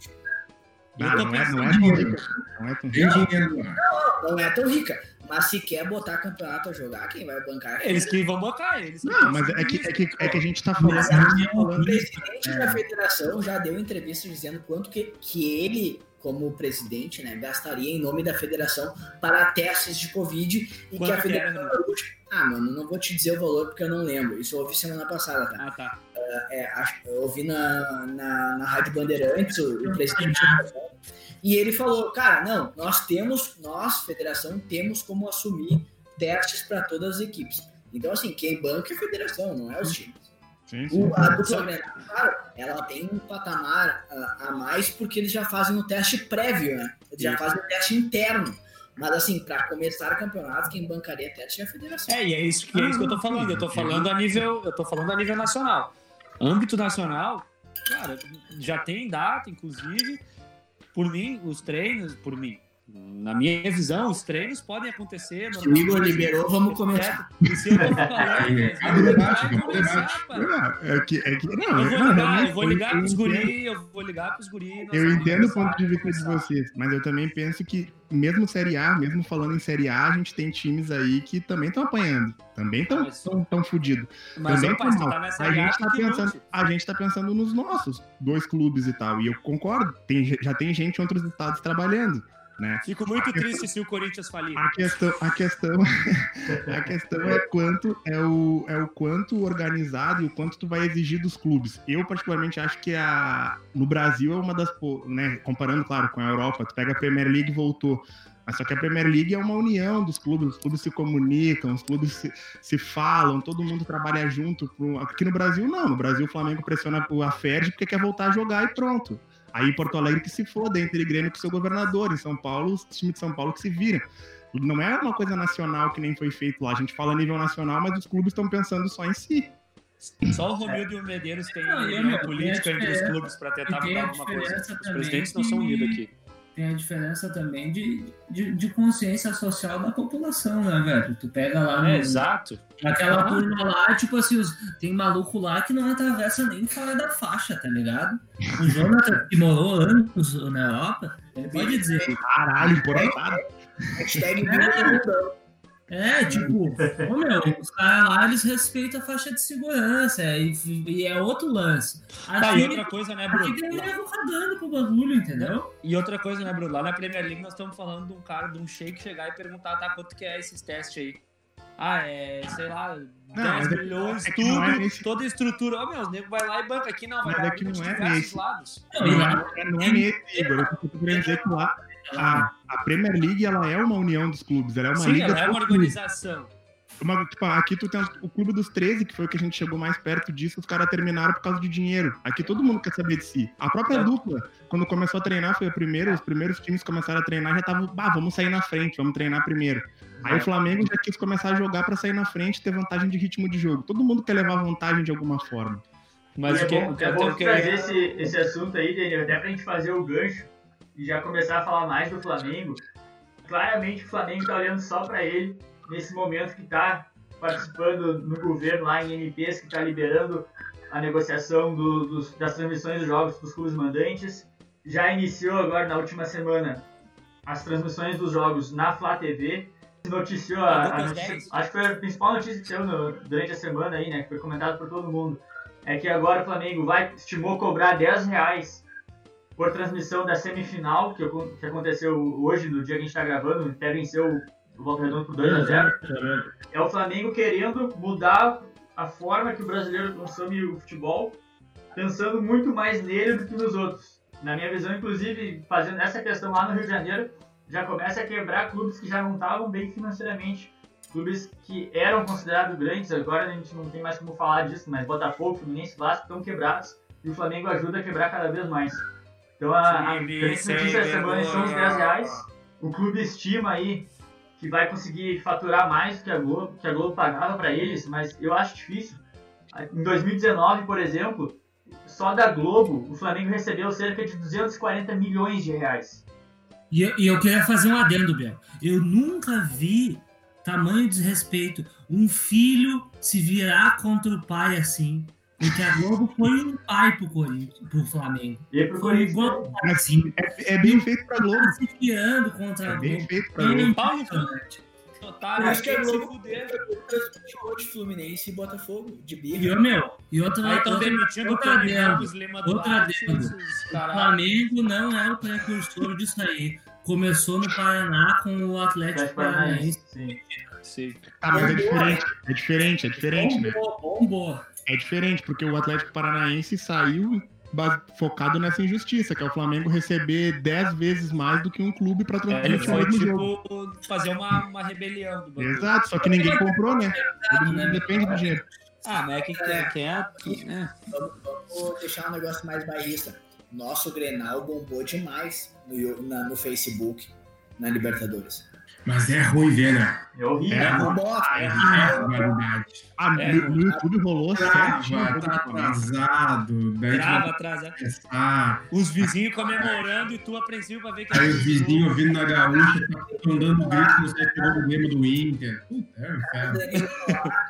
Eu Ah, tô não, é, pensando não é nisso. tão rica. Não é tão Tem rica. dinheiro lá. Não é tão rica. Mas se quer botar campeonato a jogar, quem vai bancar é a Eles que vão bancar, eles que Não, mas é que, é, que, é que a gente tá falando. A gente tá O falando presidente da federação já deu entrevista dizendo quanto que, que ele, como presidente, né, gastaria em nome da federação para testes de Covid e Quanto que a que era, federação gaúcha... Ah, mano, não vou te dizer o valor porque eu não lembro. Isso eu ouvi semana passada, tá? Ah, tá. É, acho- eu ouvi na, na, na Rádio Bandeirantes o, o presidente da federação, e ele falou, cara, não, nós temos, nós, federação, temos como assumir testes para todas as equipes. Então, assim, quem banca é a federação, não é os times. Sim, sim. O, a dupla Grenal, claro, ela tem um patamar uh, a mais porque eles já fazem o teste prévio, né? Eles já Isso. fazem o teste interno. Mas, assim, para começar o campeonato, quem bancaria teste é a federação. É, e é isso que, é isso que eu tô falando. Eu tô falando a nível, eu tô falando a nível nacional. Âmbito nacional, cara, já tem data, inclusive. Por mim, os treinos, por mim, na minha visão, os treinos podem acontecer. Se o Igor liberou, vamos começar. E se eu tô falando, Abre o debate, vai abre o começar, debate. pai. Ah, é que, é que, não, Eu vou não, ligar, realmente, eu vou ligar pros entendo- guri, eu vou ligar pros guri. nós Eu vamos entendo o ponto conversar, de vista de conversar. vocês, mas eu também penso que, mesmo Série A, mesmo falando em Série A, a gente tem times aí que também estão apanhando, também estão Mas- tão, tão fodidos. Mas, Também ô, pai, se tu mal. tá na a, Série A, gente tá tu que pensando, lute. a gente tá pensando nos nossos dois clubes e tal, e eu concordo, tem, ge- já tem gente em outros estados trabalhando, né? Fico muito triste se o Corinthians falir. A questão, a questão, a questão é quanto é o, é o quanto organizado e o quanto tu vai exigir dos clubes. Eu particularmente acho que a no Brasil é uma das, pô, né, comparando claro com a Europa, tu pega a Premier League e voltou. Mas só que a Premier League é uma união dos clubes, os clubes se comunicam, os clubes se, se falam, todo mundo trabalha junto. Pro... Aqui no Brasil não, no Brasil o Flamengo pressiona a F E R J porque quer voltar a jogar e pronto. Aí Porto Alegre que se foda, Inter e Grêmio com seu governador, em São Paulo, os times de São Paulo que se viram. Não é uma coisa nacional que nem foi feito lá, a gente fala a nível nacional, mas os clubes estão pensando só em si. Só o Romildo e o Medeiros têm Não, e, união meu, política tem a entre os diferença- clubes para tentar e tem mudar a alguma coisa. diferença Os também presidentes não são que- unidos aqui. Tem a diferença também de, de, de consciência social da população, né, velho? Tu pega lá no, É, exato. aquela Ah. turma lá, tipo assim, os, tem maluco lá que não atravessa nem fora da faixa, tá ligado? O Jonathan, que morou anos na Europa, ele pode dizer. Caralho, importado. Hashtag Viva É, tipo, ô meu, os caras lá, eles respeitam a faixa de segurança, e, e é outro lance. Tá, Aqui, e outra coisa, né, aqui Bruno? tem nego rodando pro bagulho, entendeu? E outra coisa, né, Bruno? Lá na Premier League nós estamos falando de um cara, de um shake chegar e perguntar, tá, quanto que é esses testes aí? Ah, é, sei lá, dez mas é- milhões, é que não é tudo, nesse- toda a estrutura. Ó, meu, os nego vai lá e banca aqui, não, vai Mas dar é que de não é diversos nesse. lados. Não, e Não lá, é, não é nesse, Igor. Eu tô querendo dizer que lá a, a Premier League ela é uma união dos clubes, ela é uma Sim, liga ela é dos uma clubes. organização. Uma- tipo, aqui tu tem o Clube dos treze, que foi o que a gente chegou mais perto disso, os caras terminaram por causa de dinheiro. Aqui todo mundo quer saber de si. A própria É. dupla, quando começou a treinar, foi a primeira, os primeiros times que começaram a treinar já estavam, bah, vamos sair na frente, vamos treinar primeiro. Aí o Flamengo já quis começar a jogar pra sair na frente e ter vantagem de ritmo de jogo. Todo mundo quer levar vantagem de alguma forma. Mas é o que, bom, o que é eu bom tenho tu que... trazer esse, esse assunto aí, Daniel, até pra gente fazer o gancho e já começar a falar mais do Flamengo. Claramente o Flamengo tá olhando só pra ele nesse momento que tá participando no governo lá em M Ps, que tá liberando a negociação do, dos, das transmissões dos jogos para os clubes mandantes. Já iniciou agora na última semana as transmissões dos jogos na Flá T V. Se noticiou, a, a notícia, acho que foi a principal notícia que saiu no, durante a semana aí, né, que foi comentado por todo mundo, é que agora o Flamengo vai, estimou cobrar dez reais por transmissão da semifinal, que, que aconteceu hoje, no dia que a gente está gravando, até venceu o Volta Redonda por dois a zero. É o Flamengo querendo mudar a forma que o brasileiro consome o futebol, pensando muito mais nele do que nos outros. Na minha visão, inclusive, fazendo essa questão lá no Rio de Janeiro, já começa a quebrar clubes que já não estavam bem financeiramente. Clubes que eram considerados grandes, agora a gente não tem mais como falar disso, mas Botafogo, Fluminense, Vasco estão quebrados e o Flamengo ajuda a quebrar cada vez mais. Então a, a grande notícia da semana são os dez reais. O clube estima aí que vai conseguir faturar mais do que a Globo, que a Globo pagava para eles, mas eu acho difícil. Em dois mil e dezenove, por exemplo, só da Globo, o Flamengo recebeu cerca de duzentos e quarenta milhões de reais. E eu, e eu queria fazer um adendo, Biel. Eu nunca vi tamanho desrespeito. Um filho se virar contra o pai assim. Porque a Globo foi um pai pro Corinthians, pro Flamengo. E pro foi Corinthians. Igual, assim, é, é bem feito pra Globo. Tá se virando contra É a bem Globo. feito pra É Globo. Paulo impressionante. Otário, Acho que a tem que se Globo fuder. transmitiu de Fluminense e Botafogo, de E, birra. ô, meu, e outra, Aí estão outra, demitindo o outra Tony adendo. Ramos, Lima Outra Duarte, adendo. esses O caralho. Flamengo não é o precursor disso aí. Começou no Paraná com o Atlético Paranaense. Sim. Sim. Ah, mas é diferente, é diferente, é diferente, né? Bombou, bombou. É diferente, porque o Atlético Paranaense saiu bas- focado nessa injustiça, que é o Flamengo receber dez vezes mais do que um clube pra É, ele transmitir o foi, mesmo jogo. tipo, fazer uma, uma rebelião do bagulho. Exato, só que ninguém comprou, né? Todo mundo depende do dinheiro. Ah, mas é que quer, quer, né? Vamos, vamos deixar um negócio mais bairrista. Nosso Grenal bombou demais no, na- no Facebook, na Libertadores. Mas é ruim ver, né? É horrível. É, Uma bosta. É barbaridade. Ah, É, no, no YouTube rolou sete Trava, jogos tá do Flamengo. atrasado. Daí tu Trava, vai atrasa. começar. Os vizinhos comemorando e tu apreensivo pra ver que Aí os vizinhos vindo na gaúcha, tá andando grito no sete gol do Grêmio do Inter. Puta, é um inferno. Danilo falar,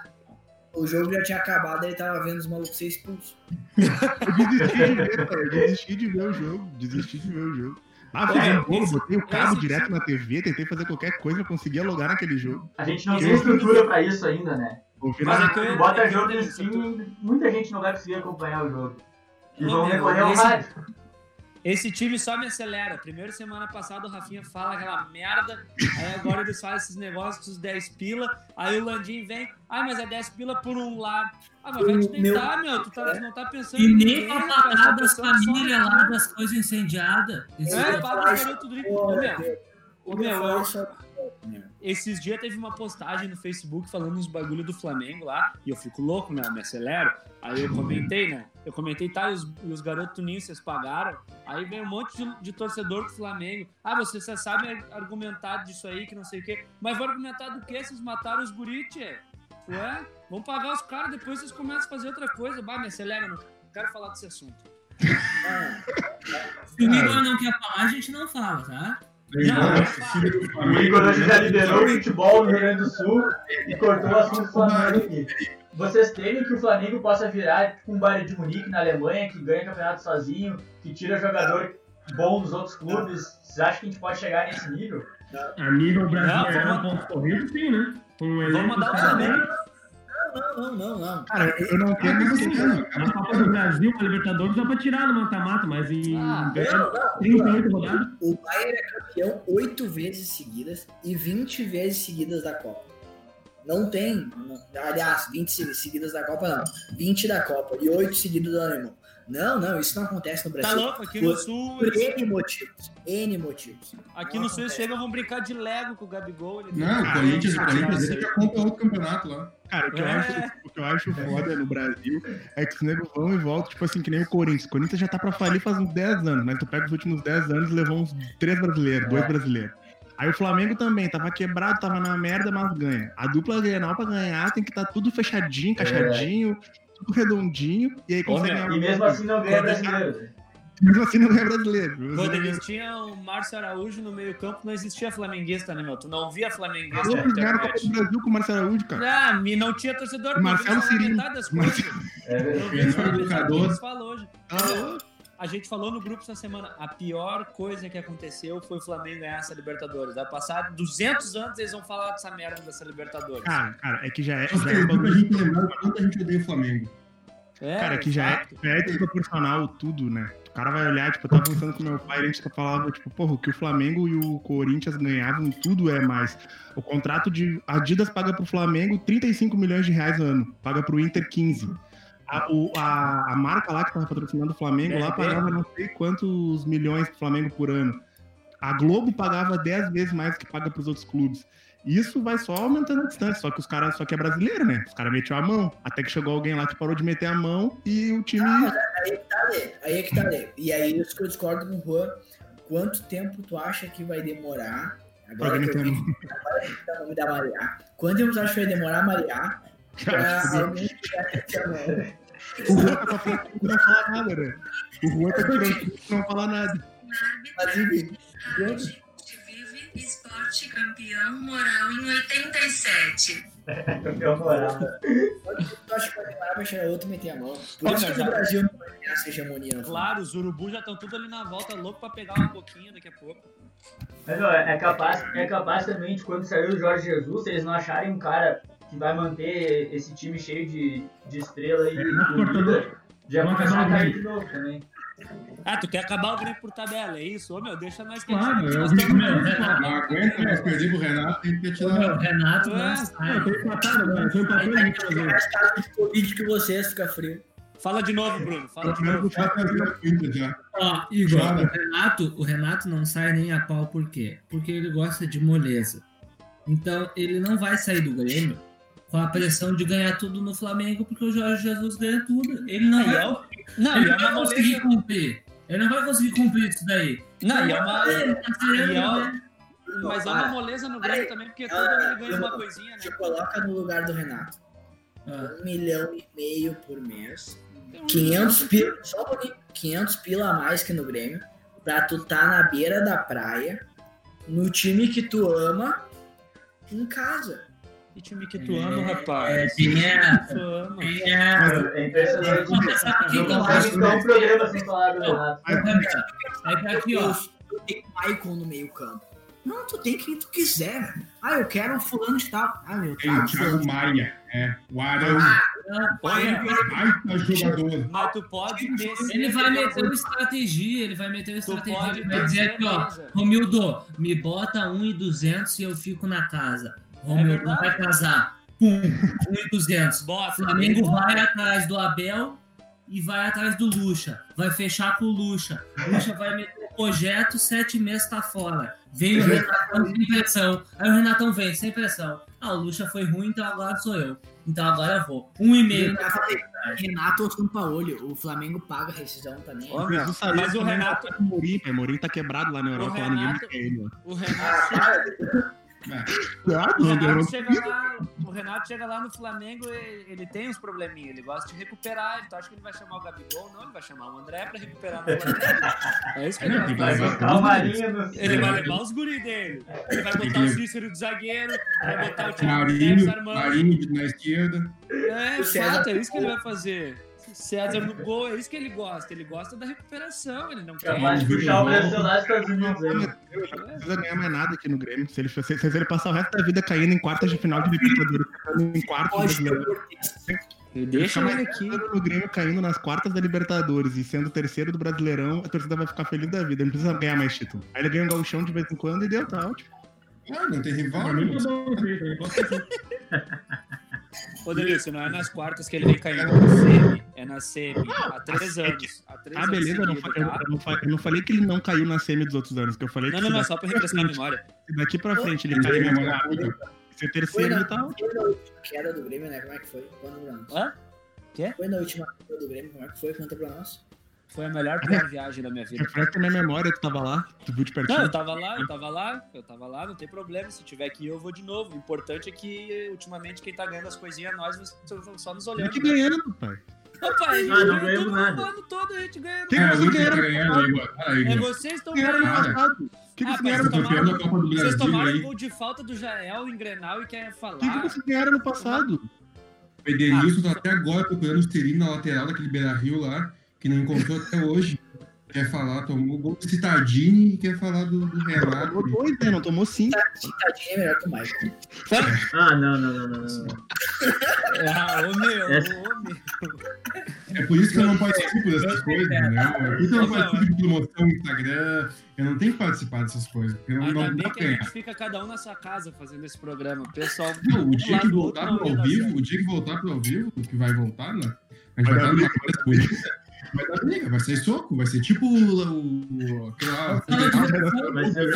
o jogo já tinha acabado, ele tava vendo os malucos ser expulsos. Eu desisti de ver, cara. Eu desisti de ver o jogo. Desisti de ver o jogo. Ah, fiz um gol, botei o cabo esse direto tipo- na T V, tentei fazer qualquer coisa, eu conseguia logar naquele jogo. A gente não tem estrutura pra isso ainda, né? Ouvi Mas na- é que eu- bota é que eu jogo no tenho Steam, muita gente não vai conseguir acompanhar o jogo. E Ô, vão meu, recorrer ao esse- rádio. Esse time só me acelera. Primeiro, semana passada, o Rafinha fala aquela merda. Aí agora eles fazem esses negócios dos dez pila. Aí o Landim vem. Ah, mas é dez pila por um lado. Ah, mas vai te deitar, meu. Tu, tá, tu não tá pensando E em nem ninguém, pra cara, pagar tá das pensando só famílias em- lá, das coisas incendiadas. Isso É, é- paga o garoto do Ô, meu. Ô, meu, eu- Só- Esses dias teve uma postagem no Facebook falando uns bagulho do Flamengo lá, e eu fico louco, né? Me acelero. Aí eu comentei, né? Eu comentei, tá, e os, e os garotos ninhos, vocês pagaram? Aí vem um monte de, de torcedor do Flamengo. Ah, vocês só sabem argumentar disso aí, que não sei o quê. Mas vou argumentar do quê? Vocês mataram os guri, tchê? Ué? Vamos pagar os caras, depois vocês começam a fazer outra coisa. Bah, me acelera, não quero falar desse assunto. Se o Igor não quer falar, a gente não fala, tá? O Igor hoje já liberou o futebol no Rio Grande do Sul e cortou o assunto do Flamengo aqui. Vocês temem que o Flamengo possa virar tipo um Bayern de Munique na Alemanha, que ganha campeonato sozinho, que tira jogador bom dos outros clubes? Vocês acham que a gente pode chegar nesse nível? A nível brasileiro, Não, é um ponto corrido, sim, né? Com um Vamos elenco mandar o cara, Flamengo. Não, não, não, não. Cara, eu eu não É quero que nem assim, saber. né? Na Copa do Brasil, a Libertadores dá pra tirar no mata-mata, mas em Ah, ganhando Não, não. trinta e oito rodadas. O Bayern é campeão oito vezes seguidas e vinte vezes seguidas da Copa. Não tem, não, aliás, vinte se- seguidas da Copa não, vinte da Copa e oito seguidas do alemão. Não, não, isso não acontece no Tá Brasil. louco? Aqui no Por- Sul, Por eles- N motivos, N motivos. aqui Não no Sul eles acontece. chegam, vão brincar de Lego com o Gabigol. ele- Não, o Corinthians, o Corinthians ele já compra outro campeonato lá. Cara, o que, eu É. acho, o que eu acho foda no Brasil é que os negros vão e voltam, tipo assim, que nem o Corinthians. O Corinthians já tá pra falir faz uns dez anos, mas tu pega os últimos dez anos e levou uns três brasileiros, dois brasileiros. Aí o Flamengo também, tava quebrado, tava na merda, mas ganha. A dupla Grenal pra ganhar tem que estar tá tudo fechadinho, encaixadinho, tudo redondinho, e aí Ô, consegue meu, ganhar. E mesmo assim não ganha brasileiro. Mesmo assim não é brasileiro. Quando eles tinham o Márcio Araújo no meio campo, não existia flamenguista, né, meu? Tu não via flamenguista na Todos ganharam a Copa internet. do Brasil com o Marcelo Araújo, cara. Ah, e não tinha torcedor, Marcelo não via Cirino. metade das coisas. É Eu vi Melhor o educador. que falou hoje. Ah, A gente falou no grupo essa semana, a pior coisa que aconteceu foi o Flamengo ganhar essa Libertadores. Vai passar duzentos anos eles vão falar dessa merda dessa Libertadores. cara, cara, é que já é. Só Já é um serviu pra bagulho- gente lembrar o quanto a gente odeia o Flamengo. É, Cara, que já é, exato. já é desproporcional tudo, né? O cara vai olhar, tipo, eu tava conversando com meu pai, a gente falava, tipo, porra, o que o Flamengo e o Corinthians ganhavam, tudo é mais. O contrato de Adidas paga pro Flamengo trinta e cinco milhões de reais no ano, paga pro Inter quinze. A, o- a, a marca lá que tava patrocinando o Flamengo lá B R B. pagava não sei quantos milhões pro Flamengo por ano. A Globo pagava dez vezes mais do que paga pros outros clubes. Isso vai só aumentando a distância, só que os caras, só que é brasileiro, né? Os caras meteram a mão, até que chegou alguém lá que parou de meter a mão e o time. Aí é que tá, Lê. Aí é que tá, Lê. E aí, isso que eu discordo com o Juan. Quanto tempo tu acha que vai demorar? Agora Alguém que eu meter a vi mão. o nome da Mariá. Quanto tempo tu acha que vai demorar, Mariá, pra alguém tirar essa mão? O Juan tá falando que não vai falar nada, né? O Juan tá tirando que não vai falar nada. Mas enfim, quanto, A gente vive esporte campeão moral em oitenta e sete. Campeão moral. quanto tempo tu acha que vai demorar pra chegar outro e meter a mão? Por Olha, isso que já- o Brasil não vai ter essa hegemonia. no Claro, os urubus já estão tudo ali na volta, louco pra pegar uma boquinha daqui a pouco. Mas ó, é capaz, é capaz também de quando saiu o Jorge Jesus, se eles não acharem um cara que vai manter esse time cheio de, de estrela e Renato unida, Portaluppi. já Vamos começar a acabar o cair Grêmio. de novo também. Ah, tu quer acabar o Grêmio por tabela, é isso? Ô meu, deixa nós Claro, quietinhos, eu nós vi estamos- meu, Renato. Não aguenta mais perder pro Renato, tem que Ô, tirar. meu, Renato É. não Ah, sai. eu tô empatado agora, eu tô empatando Aí muito, tem né? mais casos de Covid que vocês, fica frio. Fala de novo, Bruno. Fala de Primeiro novo. do quatro a zero pro Inter já. Ó, Igor, Chora. o Renato, o Renato não sai nem a pau por quê? Porque ele gosta de moleza. Então, ele não vai sair do Grêmio com a pressão de ganhar tudo no Flamengo, porque o Jorge Jesus ganha tudo. Ele não Não, e vai, é o- não, ele e é não vai uma conseguir moleza. cumprir. Ele não vai conseguir cumprir isso daí. Não, e é uma. Ele tá querendo, e é uma- né? Mas é uma moleza no Grêmio também, porque todo ano ele ganha uma coisinha, né? Te coloca no lugar do Renato. Ah, Um milhão e meio por mês. Tem um- quinhentos pila, só um pouquinho, quinhentos pila a mais que no Grêmio, pra tu tá na beira da praia, no time que tu ama, em casa. Que time que tu ama, rapaz. É, tinha. Tu ama. tinha... É impressionante. Você sabe quem Não que eu consigo acho? ficar um programa sem falar do Renato. É que aqui, ó. Eu tenho o Maicon no meio campo. Não, tu tem quem tu quiser. Ah, eu quero um fulano de tal. Ah, meu, Tem o tá, Thiago fulano. Maia, é. O Arão, Olha, baita jogador. mas tu pode ter. Ele vai meter uma estratégia, ele vai meter uma Tu estratégia, pode ele vai ter dizer aqui, ó, certeza. Romildo, me bota um e duzentos e eu fico na casa. Romildo verdade. vai casar. Pum, um e duzentos. Bota. Flamengo vai atrás do Abel e vai atrás do Lucha. Vai fechar com o Lucha. Lucha vai meter o projeto, sete meses tá fora. Vem o Renatão sem pressão. Aí o Renatão vem sem pressão. Ah, o Lucha foi ruim, então agora sou eu. Então agora eu vou. Um e meio. Eu já falei, Renato ou Sampaoli, o Flamengo paga a rescisão também. Ó, meu, Jesus saiu mas o também Renato. com o Mourinho, pai. Mourinho tá quebrado lá na Europa, lá ninguém Renato- quer ele. ó. O Renato. Ah, O não, Renato, não, chega lá, o Renato chega lá no Flamengo e ele tem uns probleminhas, ele gosta de recuperar, então acho que ele vai chamar o Gabigol, não, ele vai chamar o André pra recuperar no Flamengo. É isso que ele vai Tem que fazer. levar- Calmarinha no Ele vai levar os guri dele. Ele vai botar o Cícero de zagueiro, vai botar o Thiago Neves Marinho, armando. Marinho na esquerda. É, O César- fato, é isso que ele vai fazer. César no gol, é isso que ele gosta. Ele gosta da recuperação, ele não quer. Capaz de puxar o Brasil lá dos Estados Unidos aí. Ele não precisa ganhar mais nada aqui no Grêmio. Se ele, se, se ele passar o resto da vida caindo em quartas de final de Libertadores, caindo em quartos Pode de ter Libertadores, Ele deixa ficar ele mais aqui. no Grêmio caindo nas quartas da Libertadores e sendo o terceiro do Brasileirão, a torcida vai ficar feliz da vida. Ele não precisa ganhar mais título. Aí ele ganha um gauchão de vez em quando e deu, tá ótimo. Ah, não tem rival. Pra mim tá bom, feito, eu posso ter. Ô, Delício, não é nas quartas que ele vem caindo, é na semi. É na semi. Há três anos. Há três Ah, anos beleza, eu não, seguidos, fa- eu, tá? eu não fa- eu não falei que ele não caiu na semi dos outros anos, que eu falei Não, que não, se não, daqui só pra pra refrescar a frente- memória. se daqui pra frente ele Ele cair tem nas memória quartas, curta. ser Foi terceiro na, e tal. foi na última queda do Grêmio, né? Como é que foi? Conta pra nós. Hã? Quê? Foi na última queda do Grêmio, como é que foi? Conta pra nós. Foi a melhor pior viagem da minha vida. Refresca minha memória, tu tava lá, tu viu de Não, pertinho. eu tava lá, eu tava lá, eu tava lá, não tem problema. Se tiver que ir, eu vou de novo. O importante é que, ultimamente, quem tá ganhando as coisinhas, nós estamos só nos Olha olhando. que ganhando, pai. Opa, a gente Ah, não ganha ganhamos todo nada. o ano todo, a gente ganha. Quem É, que o você Inter tá ganhou? ganhando, Igor. Para aí, É Igor. vocês estão Ganharam no ganhando. passado. O que, que Ah, vocês ganharam mas no Campeão da passado? Copa do Vocês Brasil tomaram aí. gol de falta do Jael em Grenal e querem falar. O que, que vocês ganharam no passado? O Edenilson tá até agora procurando o Sterino na lateral daquele Beira-Rio lá, que não encontrou até hoje. Quer falar, tomou gol do Cittadini e quer falar do, do Renato. Tomou dois, né? Não tomou cinco. Citadinho é melhor que o Michael. Ah, não, não, não, não, não. Ah, ô meu, Essa- ô meu. É por isso que eu não participo dessas coisas, né? É por isso que eu não participo de promoção no Instagram. Eu não tenho que participar dessas coisas, porque eu Ainda não bem dá que pra a ganhar. gente fica cada um na sua casa fazendo esse programa. O pessoal, Não, o um dia lá que do outro voltar não pro ia ao dar vivo, certo. o dia que voltar pro ao vivo, que vai voltar, né? A gente vai estar numa coisa bonita. Vai dar briga, vai ser soco, vai ser tipo o. o aquela, Vai ser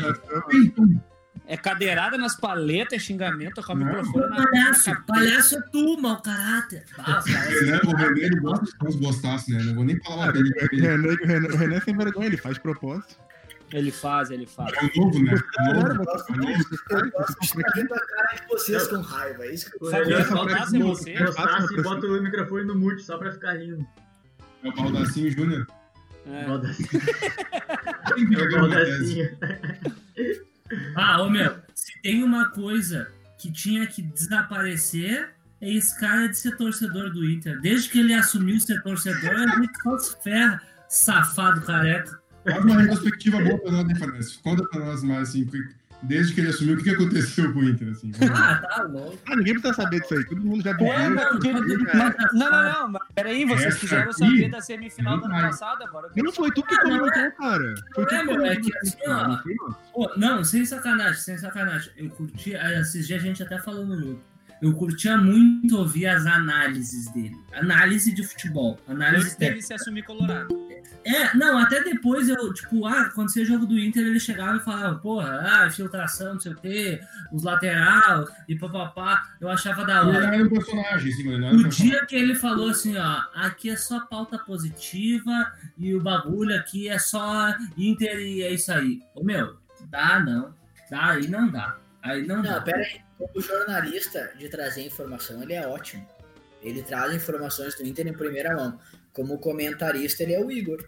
É cadeirada nas paletas, é xingamento com o Não. microfone na Palhaço, na palhaço é tu, mau caráter. Ah, os O caras- Renan, o Renan, ele gosta de uns gostaços, né? Não vou nem falar uma dele. O Renan, o Renan, o Renan é sem vergonha, ele faz de propósito. Ele faz, ele faz. É o novo, né? É o novo. Eu gosto de estar vendo a cara de vocês com raiva. É isso que eu O Fabiano, Renan essa Baldasso frase é boa. você? gostasse e bota o microfone no mute só pra ficar rindo. É o Baldacinho Júnior. É. Baldacinho. Quem fica É o ganhando a tese? Baldacinho. Ah, ô meu, se tem uma coisa que tinha que desaparecer, é esse cara de ser torcedor do Inter. Desde que ele assumiu ser torcedor, a gente só se ferra, safado careca. Faz uma retrospectiva boa pra nós, né, Fernandes? Conta pra nós mais, assim, que- desde que ele assumiu, o que que aconteceu com o Inter, assim? Vamos lá. Ah, tá louco. Ah, ninguém precisa saber disso aí. Todo mundo já viveu. Ué, mas, que- mas- não, não, não, mas peraí, vocês Essa quiseram aqui saber da semifinal do ano não vai. passado agora? E não foi tu que comentou, cara. Foi tu É, que meu, é comentou. que assim, ó. Não foi, não. Pô, não, sem sacanagem, sem sacanagem. Eu curti, ah, esses dias a gente até falou no grupo. Eu curtia muito ouvir as análises dele. Análise de futebol. Análise Antes técnica. dele se assumir colorado. É, não, até depois eu, tipo, ah, acontecia jogo do Inter, ele chegava e falava, porra, ah, filtração, não sei o quê, os lateral e papapá. Eu achava da Ele hora. era um personagem, assim, ele não era um O personagem. dia que ele falou assim, ó, aqui é só pauta positiva e o bagulho aqui é só Inter e é isso aí. Ô, meu, dá não. Dá, aí não dá. Aí não Não, dá. pera aí. Como jornalista de trazer informação, ele é ótimo. Ele traz informações do Inter em primeira mão. Como comentarista, ele é o Igor.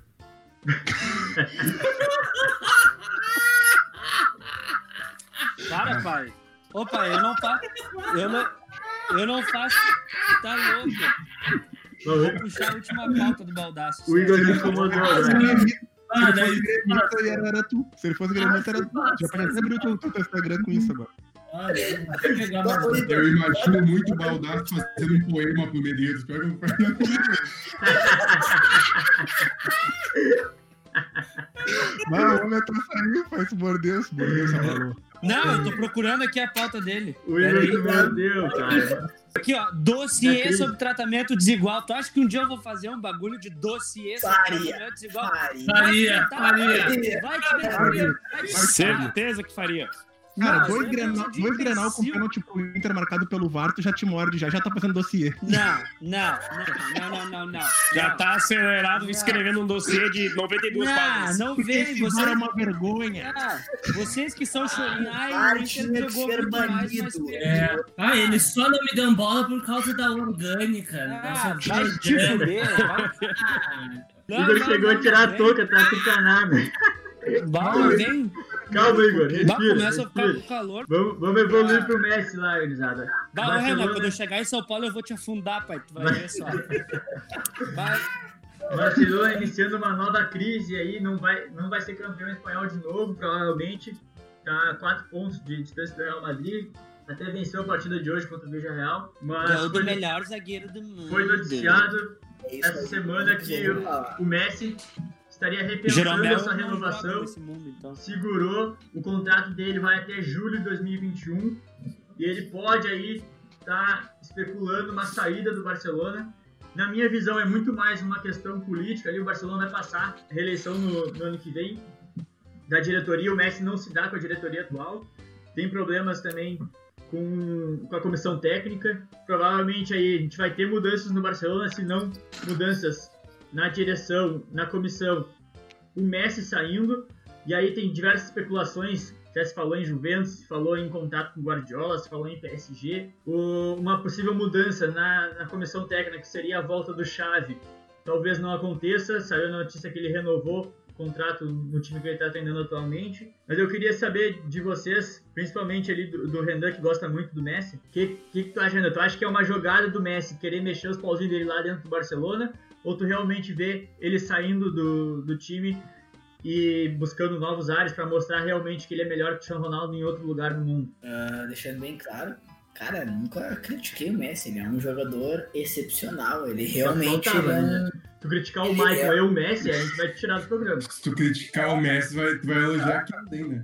Para, pai. Ô, pai, eu não faço. Eu não, eu não faço. Tá louco. Vou puxar a última pauta do Baldaço. O Igor se incomodou agora. Ah, Se daí, ele fosse gremista, era, era tu. Se ele fosse gremista, era tu. Já pode até abrir o teu, teu Instagram com isso agora. ah, daí, vai pegar mais Ô, um. Igor, Eu imagino muito o Baldasso fazendo um poema pro Medeiros. Pior que eu Mas o homem até saiu, pai, se mordeu, se mordeu, se abalou. Não, eu tô procurando aqui a pauta dele. O Pera Igor aí. se mordeu, cara. Aqui, ó, dossiê Daquele- sobre tratamento desigual. Tu acha que um dia eu vou fazer um bagulho de dossiê sobre Faria. tratamento desigual? Faria. Faria, faria. Vai te ver, Faria. Vai te ver. Certeza que faria. Cara, Não, dois eu tô Grenal, de dois Grenal com imbecil. pênalti pro Inter marcado pelo V A R, tu já te morde, já, já tá fazendo dossiê. Não, não, não, não, não, não. Já Não. tá acelerado Não. escrevendo um dossiê de noventa e duas Não, páginas. não Porque vem, esse V A R vocês. é uma vergonha. Ah, vocês que são chorinhos. Ai, VAR o Inter tinha que jogou ser muito mais, mas banido. perdeu. É. Ah, ele só não me deu bola por causa da orgânica. Ah, Nossa, vai te grande. fuder. Vai... O Igor chegou a tirar a touca, tá tucanado. Bala, vem. Calma, Igor. Bah, Respira, começa a ficar respira. com calor. Vamos, vamos evoluir pro Messi lá, Elisada. Bah, ô, Renan, quando eu chegar em São Paulo eu vou te afundar, pai. Tu vai ver só. Vai. Barcelona iniciando uma nova crise aí, não vai, não vai ser campeão espanhol de novo, provavelmente. Tá a quatro pontos de distância do Real Madrid. Até venceu a partida de hoje contra o Villarreal. Mas Gol do foi, melhor zagueiro do mundo. foi noticiado É isso essa aí. semana que Vamos o, falar. o Messi estaria repensando Jeromel essa não joga renovação. nesse mundo, então. Segurou, o contrato dele vai até julho de dois mil e vinte e um e ele pode aí estar especulando uma saída do Barcelona. Na minha visão é muito mais uma questão política, ali o Barcelona vai passar reeleição no, no ano que vem da diretoria, o Messi não se dá com a diretoria atual, tem problemas também com, com a comissão técnica, provavelmente aí a gente vai ter mudanças no Barcelona, se não mudanças na direção, na comissão, o Messi saindo, e aí tem diversas especulações, já se falou em Juventus, se falou em contato com Guardiola, se falou em P S G, o, uma possível mudança na, na comissão técnica, que seria a volta do Xavi, talvez não aconteça, saiu a notícia que ele renovou o contrato no time que ele está treinando atualmente. Mas eu queria saber de vocês, principalmente ali do, do Renan, que gosta muito do Messi. O que, que, que tu acha, Renan? Tu acha que é uma jogada do Messi querer mexer os pauzinhos dele lá dentro do Barcelona? Ou tu realmente vê ele saindo do, do time e buscando novos ares para mostrar realmente que ele é melhor que o Cristiano Ronaldo em outro lugar do mundo? Uh, deixando bem claro, cara, nunca critiquei o Messi. Ele é um jogador excepcional. Ele realmente é um... Se tu criticar o Michael e o Messi, a gente vai te tirar do programa. Se tu criticar o Messi, vai, tu vai elogiar quem, né?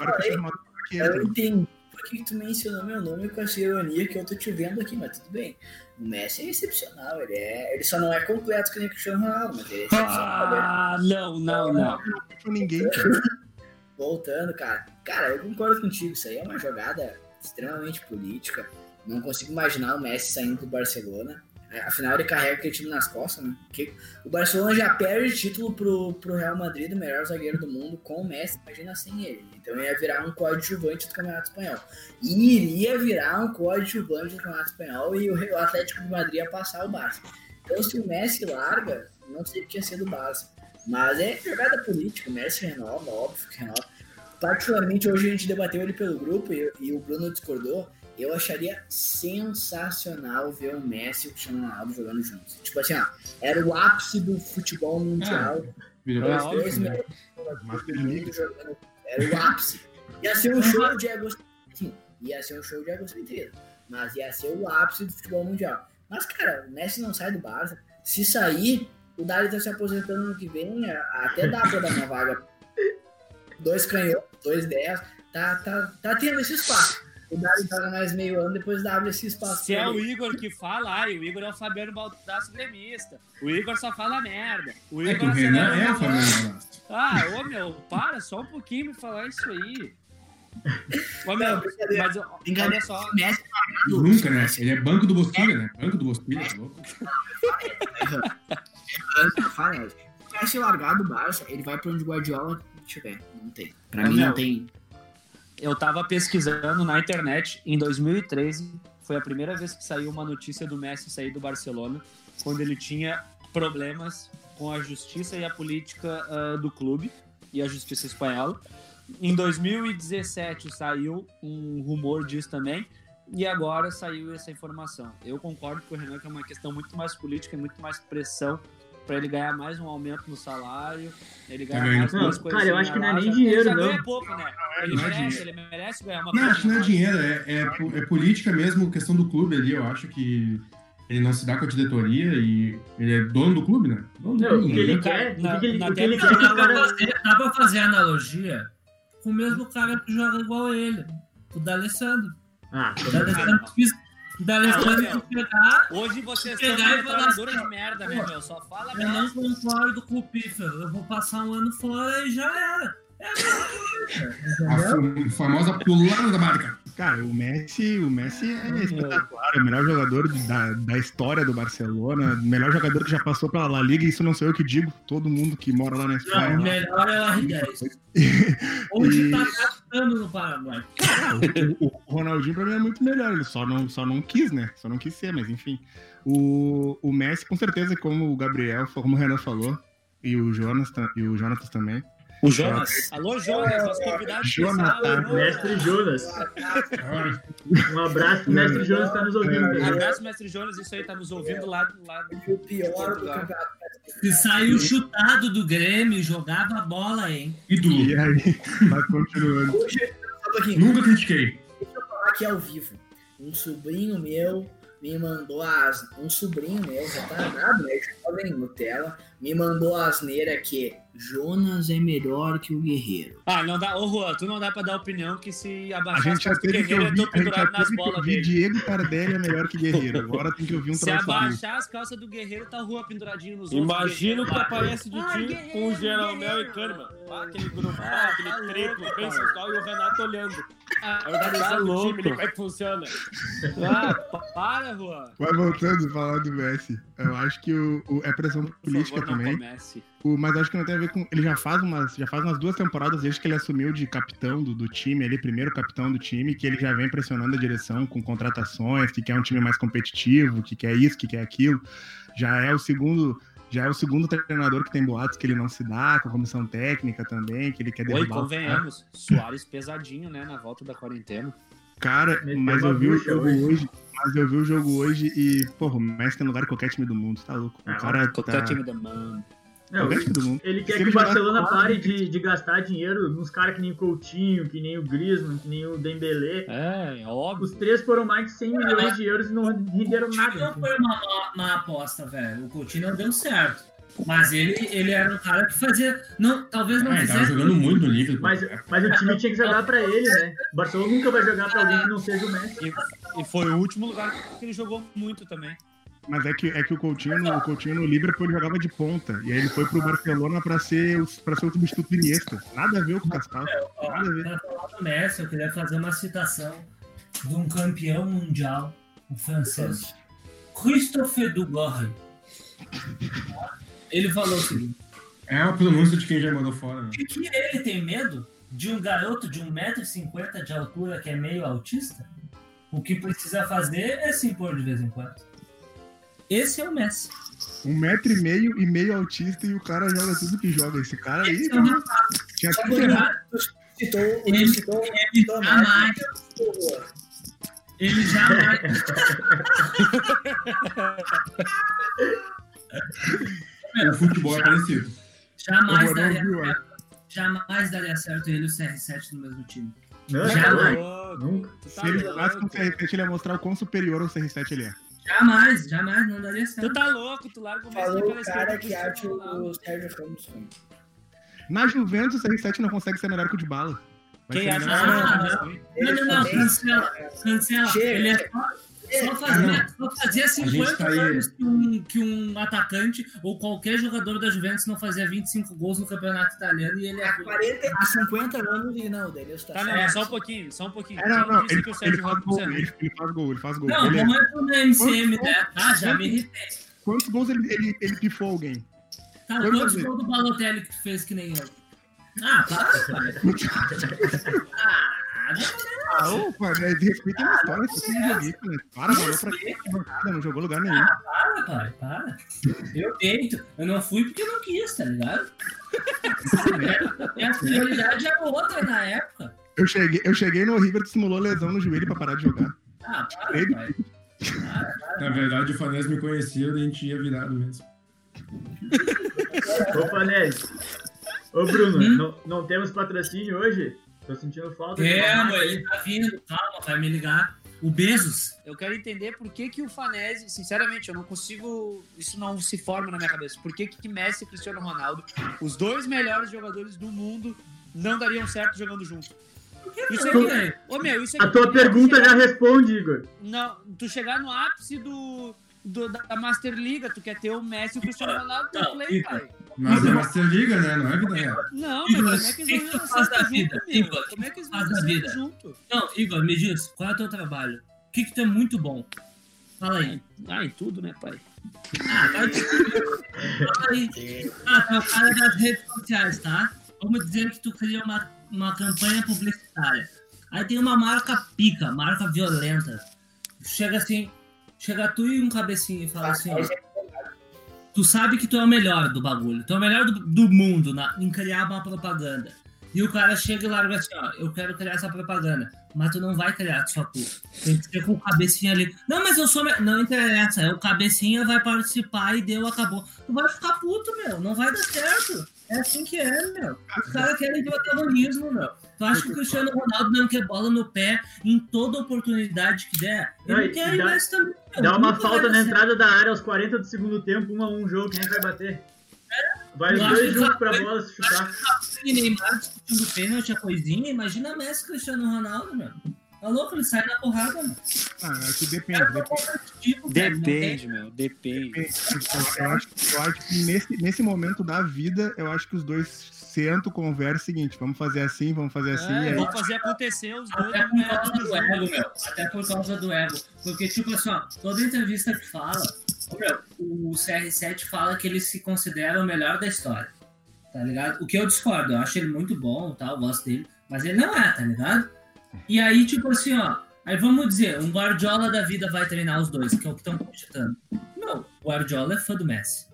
Eu entendi por que tu mencionou meu nome com essa ironia que eu tô te vendo aqui, mas tudo bem. O Messi é excepcional, ele, é, ele só não é completo que nem o Cristiano Ronaldo, mas ele é excepcional. Ah, não, não, não. Não ninguém. Voltando, cara. Cara, eu concordo contigo, isso aí é uma jogada extremamente política. Não consigo imaginar o Messi saindo do Barcelona. Afinal, ele carrega aquele time nas costas, né? Porque o Barcelona já perde título pro, pro Real Madrid, o melhor zagueiro do mundo, com o Messi, imagina sem ele. Então ia virar um coadjuvante do Campeonato Espanhol. E iria virar um coadjuvante do Campeonato Espanhol e o Atlético de Madrid ia passar o Barça. Então se o Messi larga, não sei o que ia ser do Barça. Mas é jogada política, o Messi renova, óbvio que renova. Particularmente, hoje a gente debateu ele pelo grupo e, e o Bruno discordou. Eu acharia sensacional ver o Messi e o Cristiano Ronaldo jogando juntos. Tipo assim, ó, era o ápice do futebol mundial. Virou Os dois melhores jogadores jogando. Era o ápice. Ia ser um show de ego... Sim, ia ser um show de egocentrismo. Mas ia ser o ápice do futebol mundial. Mas, cara, o Messi não sai do Barça. Se sair, o Dali tá se aposentando no ano que vem, até dá pra dar uma vaga. Dois canhotos, dois dez, tá, tá, tá tendo esse espaço. O Dali joga mais meio ano, depois abre esse espaço. Se é o Igor que fala, ai, o Igor é o Fabiano Baldasso gremista. O Igor só fala merda. O É Igor que o Renan é o Fabiano Baldasso. Ah, ô meu, para só um pouquinho me falar isso aí. Ô meu, mas olha só. Messi Nunca, né? Ele é banco do Bosquilha, né? Banco do Bosquilha, tá louco? Fala, se o Messi largar do Barça, ele vai pra onde o Guardiola tiver. Não tem. Pra Ô, mim meu, não tem. Eu tava pesquisando na internet em dois mil e treze, foi a primeira vez que saiu uma notícia do Messi sair do Barcelona, quando ele tinha problemas com a justiça e a política uh, do clube e a justiça espanhola. Em dois mil e dezessete saiu um rumor disso também, e agora saiu essa informação. Eu concordo com o Renan que é uma questão muito mais política e muito mais pressão para ele ganhar mais um aumento no salário, ele ganhar Tá mais Não, duas coisas. cara, eu acho que não é nem Ele dinheiro, já não. ganha pouco, né? Ele Não é merece, dinheiro. ele merece ganhar uma Não, acho que não é coisa. dinheiro, é, é, é política mesmo, questão do clube ali. Eu acho que ele não se dá com a diretoria e ele é dono do clube, né? Dono do Não, o clube, que ele né? quer, na- o que ele, na o que ele tela- quer é que o Dá pra, cara... fazer, dá pra fazer analogia com o mesmo cara que joga igual a ele, o D'Alessandro. Ah, O D'Alessandro quis, o D'Alessandro Ah, quis pegar. Hoje vocês Pegar estão e falar metralhadora assim, de merda, né, meu? Só fala Eu não merda. concordo com o Piffer. Eu vou passar um ano fora e já era. É a mesma coisa, A entendeu? fu- famosa pulada da barca. Cara, o Messi, o Messi é espetacular, é o melhor jogador da, da história do Barcelona, o melhor jogador que já passou pela La Liga, isso não sou eu que digo, todo mundo que mora lá na Não, Espanha. o melhor é o R dez. Hoje tá gastando no Paraguai. O, o Ronaldinho pra mim é muito melhor, ele só não, só não quis, né? Só não quis ser, mas enfim. O, o Messi, com certeza, como o Gabriel, como o Renan falou, e o Jonas, ta- e o Jonatas também. O Jonas. Alô, Jonas, nosso convidado Jonathan. especial. Mestre Jonas. Um abraço, mestre Jonas que tá nos ouvindo. É. tá? Abraço, mestre Jonas, isso aí tá nos ouvindo lá, lá O pior do campeonato. Que saiu chutado do Grêmio, jogava a bola, hein? Ídolo. E aí, mas continuando. Hoje, só um pouquinho. Nunca critiquei. Deixa eu falar aqui ao vivo. Um sobrinho meu me mandou as. Um sobrinho meu, retardado, né? Jovem Nutella, me mandou a asneira que Jonas é melhor que o Guerreiro. Ah, não dá. Ô, Juan, tu não dá pra dar opinião que se A abaixar gente as já costas do teve que Guerreiro, eu ouvir, tô a gente já pendurado nas teve que bolas ouvir dele. Diego Tardelli é melhor que Guerreiro. Agora tem que ouvir um Se troço dele. abaixar as calças do Guerreiro, tá o Juan penduradinho nos outros. Imagina o que Guerreiro lá. aparece de Ai, ti Guerreiro, com o Jeromel Guerreiro. e Kahneman. Ah, aquele grupo, Ah, aquele tá triplo louco, bem cara. sensual e o Renato olhando. Ah, Aí organizando tá o louco. time ali, como é que funciona. Ah, pa- para, Juan. Mas voltando a falar do Messi, eu acho que o, o- é pressão Por política favor, não também. comece. O- mas acho que não tem a ver com. Ele já faz umas, já faz umas duas temporadas desde que ele assumiu de capitão do, do time, ali, primeiro capitão do time, que ele já vem pressionando a direção com contratações, que quer um time mais competitivo, que quer isso, que quer aquilo. Já é o segundo. Já é o segundo treinador que tem boatos que ele não se dá, com a comissão técnica também, que ele quer Oi, derrubar. convenhamos. Soares pesadinho, né, na volta da quarentena. Cara, Meteu mas uma eu vi o bucha jogo hoje. hoje. Mas eu vi o jogo hoje e, porra, o Messi tem lugar em qualquer time do mundo, tá louco? O Ah, cara Qualquer tá... time da mano. Não, Qualquer time do mundo. ele quer Se que ele o jogar Barcelona fora, pare de, de gastar dinheiro nos caras que nem o Coutinho, que nem o Griezmann, que nem o Dembélé. É, é óbvio. Os três foram mais de cem milhões de euros e não renderam Não nada. foi uma má, má aposta, velho. O Coutinho não deu certo. Mas ele, ele era um cara que fazia. Não, talvez não Ah, ele tava fizesse. jogando muito no Liverpool. Mas, mas o time tinha que jogar pra ele, né? O Barcelona nunca vai jogar pra alguém que não seja o Messi. E, e foi o último lugar que ele jogou muito também. Mas é que, é que o, Coutinho, no- o Coutinho no Liverpool ele jogava de ponta. E aí ele foi pro Barcelona pra ser, o- pra ser o substituto do Iniesta. Nada a ver com o Cascal. Nada a ver. Pra falar do Messi, eu queria fazer uma citação de um campeão mundial, o francês, Christophe Dubois. Ele falou o seguinte: É a pronúncia de quem já mandou fora, né? que que ele tem medo de um garoto de um metro e cinquenta de altura que é meio autista? O que precisa fazer é se impor de vez em quando. Esse é o Messi. Um metro e meio e meio autista e o cara joga tudo que joga. Esse cara aí, Esse é o mano, rapaz. tinha Só que por ferrar. citou, Ele- citou, Ele citou jamais, mais. ele jamais, O futebol é parecido. jamais Eu vou daria dar um certo. Jamais daria certo ele e o C R sete no mesmo time. Não, Já jamais. louco. Nunca. Tu Se tá ele jogasse com o louco. C R sete, ele ia mostrar o quão superior ao C R sete ele é. Jamais, jamais, não daria certo. Tu tá louco, tu larga o Messi Falou naquela o cara esquerda que pro acha Cristiano Ronaldo. o Sérgio Ramos ruim. Na Juventus, o C R sete não consegue ser melhor que o de bala. Vai Quem ser acha melhor- Ah, que não. é ruim? Não, não, não, cancela, cancela. Chega. Ele é só, só fazia, só fazia cinquenta tá aí. anos que um, que um atacante ou qualquer jogador da Juventus não fazia vinte e cinco gols no campeonato italiano e ele é Há quarenta, há cinquenta anos e não, dele está Tá, não, certo. só um pouquinho, só um pouquinho. É, não, Quem não, disse ele, que o ele Sérgio faz Ramos gol, é ruim? ele, ele faz gol, ele faz gol. Não, Ele é- vamos entrar no M C M, né? Ah, já me irritei. Quantos gols ele, ele, ele pifou alguém? Tá, Quantas quantos vezes? gols do Balotelli que tu fez que nem eu? Ah, para, pai. Ah, não, Ah, opa, né? De respeito a uma história, isso aqui é ridículo, né? Para, falou pra quem nada, não jogou lugar nenhum. para, pai, para. Eu tento. Eu não fui porque eu não quis, tá ligado? Minha prioridade era outra na época. Eu cheguei, eu cheguei no River, simulou lesão no joelho pra parar de jogar. Ah, para, Ele- pai. Na verdade, o Fanés me conhecia e a gente ia virado mesmo. Ô, Fanese. Ô, Bruno, Hum? não, não temos patrocínio hoje? Tô sentindo falta. de É, uma mano, marca ele aí. tá vindo. Calma, vai me ligar. O Bezos. Eu quero entender por que, que o Fanese, sinceramente, eu não consigo. Isso não se forma na minha cabeça. Por que, que Messi e Cristiano Ronaldo, os dois melhores jogadores do mundo, não dariam certo jogando junto? Isso Não, aqui, velho. ô meu, isso aqui A tua tu pergunta chegar- já responde, Igor. Não, tu chegar no ápice do, do- da Master Liga, tu quer ter o Messi e o Cristiano Ronaldo no Não, play, Igor. pai. Mas é Master Liga, né? Não é vida real. Não, Igor, mas como é que o que eles que vão tu dar faz certo da vida? junto, meu? Igor, Como é que eles faz vão da dar certo vida? junto? Não, Igor, me diz, qual é o teu trabalho? O que que tu é muito bom? Fala aí. Ah, em tudo, né, pai? Ah, vai te... Fala aí. Ah, tu é o cara das redes sociais, tá? Vamos dizer que tu cria uma, uma campanha publicitária. Aí tem uma marca pica, marca violenta. Chega assim, chega tu e um cabecinho e fala assim, ó, tu sabe que tu é o melhor do bagulho, tu é o melhor do, do mundo na, em criar uma propaganda. E o cara chega e larga assim, ó, eu quero criar essa propaganda. Mas tu não vai criar só tu. Tem que ser com o cabecinha ali. Não, mas eu sou... Me... Não interessa, é o cabecinha vai participar e deu, acabou. Tu vai ficar puto, meu. Não vai dar certo. É assim que é, meu. Os caras querem protagonismo, meu. Tu acha que o Cristiano Ronaldo não quer bola no pé em toda oportunidade que der? Ele Não, e- quer e dá- mais também, meu. Dá uma Nunca vai falta dar na certo. entrada da área aos quarenta do segundo tempo, um a um jogo, quem é que vai bater? Vai os Eu acho dois que juntos vai- pra bola se chutar. E Neymar discutindo pênalti, a coisinha. Imagina Messi e Cristiano Ronaldo, meu. Tá louco? Ele sai na porrada, mano. Ah, acho que depende, depende. Tipo, velho, não tem- Depende, meu, depende. Eu, eu acho, eu acho que nesse, nesse momento da vida, eu acho que os dois sentam, conversam o seguinte, vamos fazer assim, vamos fazer assim. É, e aí- vamos fazer acontecer os dois. Até no por mérito causa dos do outros. ego, meu. Até por causa do ego. Porque, tipo assim, ó, toda entrevista que fala, ô, meu, o C R sete fala que ele se considera o melhor da história. Tá ligado? O que eu discordo, eu acho ele muito bom, tá? Eu gosto dele, mas ele não é, tá ligado? E aí, tipo assim, ó, aí vamos dizer, um Guardiola da vida vai treinar os dois, que é o que estão cogitando. Não, o Guardiola é fã do Messi.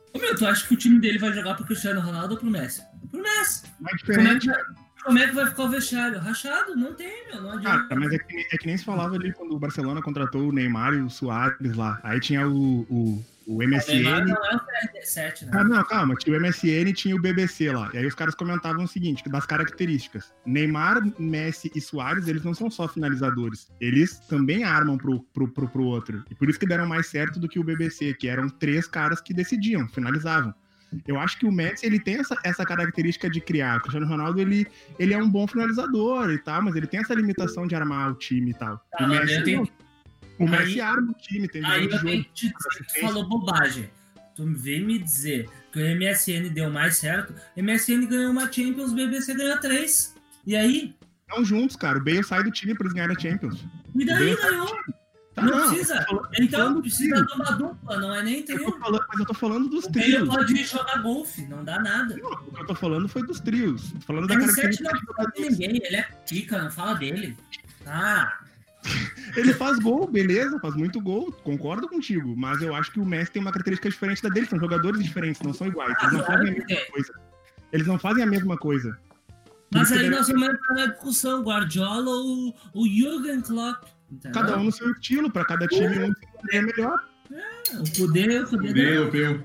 Ô, meu, tu acha que o time dele vai jogar pro Cristiano Ronaldo ou pro Messi? Pro Messi. Mais Como é, que diferente. vai, como é que vai ficar o vestiário? Rachado? Não tem, meu. Não adianta. Cara, mas é que, é que nem se falava ali quando o Barcelona contratou o Neymar e o Suárez lá. Aí tinha o, o, o O Neymar M S N. não é o C R sete, né? Ah, não, calma. Tinha o M S N e tinha o B B C lá. E aí os caras comentavam o seguinte, das características. Neymar, Messi e Suárez, eles não são só finalizadores. Eles também armam pro, pro, pro, pro outro. E por isso que deram mais certo do que o B B C, que eram três caras que decidiam, finalizavam. Eu acho que o Messi, ele tem essa, essa característica de criar. O Cristiano Ronaldo, ele, ele é um bom finalizador e tal, mas ele tem essa limitação de armar o time e tal. Tá, o mas Messi, eu tenho- não. O Aí- Messi arma o time, tem Aí visão eu de tenho jogo. que te dizer que tu falou bobagem. Tu vem me dizer que o M S N deu mais certo. O M S N ganhou uma Champions, o B B C ganhou três. E aí? Estão juntos, cara. O Bale sai do time pra eles ganharem a Champions. E daí Bale- ganhou. Tá, não, não, precisa. eu tô falando- Então falando precisa trio. de uma dupla, não é nem Eu trio. tô falando, mas eu tô falando dos O Bale trios. pode ir jogar golfe, não dá nada. Não, o que eu tô falando foi dos trios. Tô falando O da M sete característica não de fala de jogadores. ninguém, ele é pica, não fala dele. Ah, Ele faz gol, beleza, faz muito gol, concordo contigo. Mas eu acho que o Messi tem uma característica diferente da dele. São jogadores diferentes, não são iguais. Eles não Ah, claro fazem a que mesma tem. coisa. Eles não fazem a mesma coisa. Por mas isso que aí deve- nós vamos entrar na discussão, Guardiola ou o Jürgen Klopp. Entendeu? Cada um no seu estilo, pra cada time um é melhor. O poder, o poder Bem da... europeu.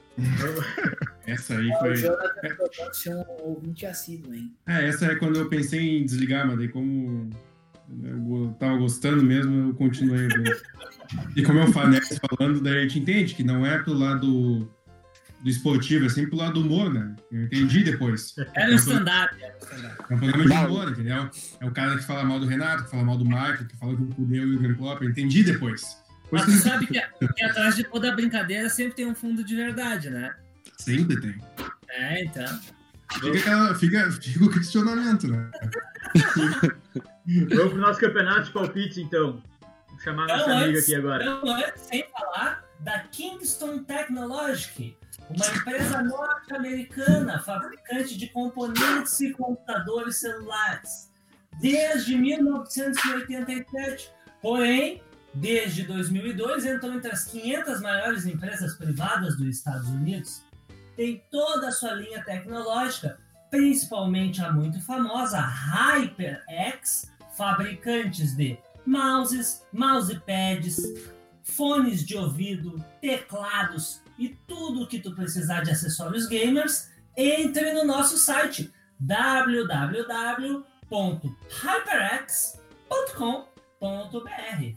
Essa aí O foi. Jonathan pode ser um ouvinte assíduo, hein? É, essa é quando eu pensei em desligar, mas daí como eu tava gostando mesmo, eu continuei vendo. E como eu falei falando, daí a gente entende que não é pro lado do esportivo, é sempre pro lado do humor, né? Eu entendi depois. Era o stand-up. era o stand-up. É um programa de humor, entendeu? É o cara que fala mal do Renato, que fala mal do Michael, que fala que o Kudê e o Jürgen Klopp. Eu entendi depois. Mas Depois tu sabe que, que atrás de toda brincadeira sempre tem um fundo de verdade, né? sempre tem. É, então. Fica, aquela, fica, fica o questionamento, né? Vamos pro nosso campeonato de palpites, então. Vou chamar a nossa Não, amiga antes, aqui agora. não, antes, sem falar da Kingston Technology, uma empresa norte-americana, fabricante de componentes e computadores celulares, desde mil novecentos e oitenta e sete. Porém, desde dois mil e dois, entrou entre as quinhentas maiores empresas privadas dos Estados Unidos. Tem toda a sua linha tecnológica, principalmente a muito famosa HyperX, fabricantes de mouses, mousepads, fones de ouvido, teclados e tudo o que tu precisar de acessórios gamers. Entre no nosso site w w w ponto hyperx ponto com ponto b r.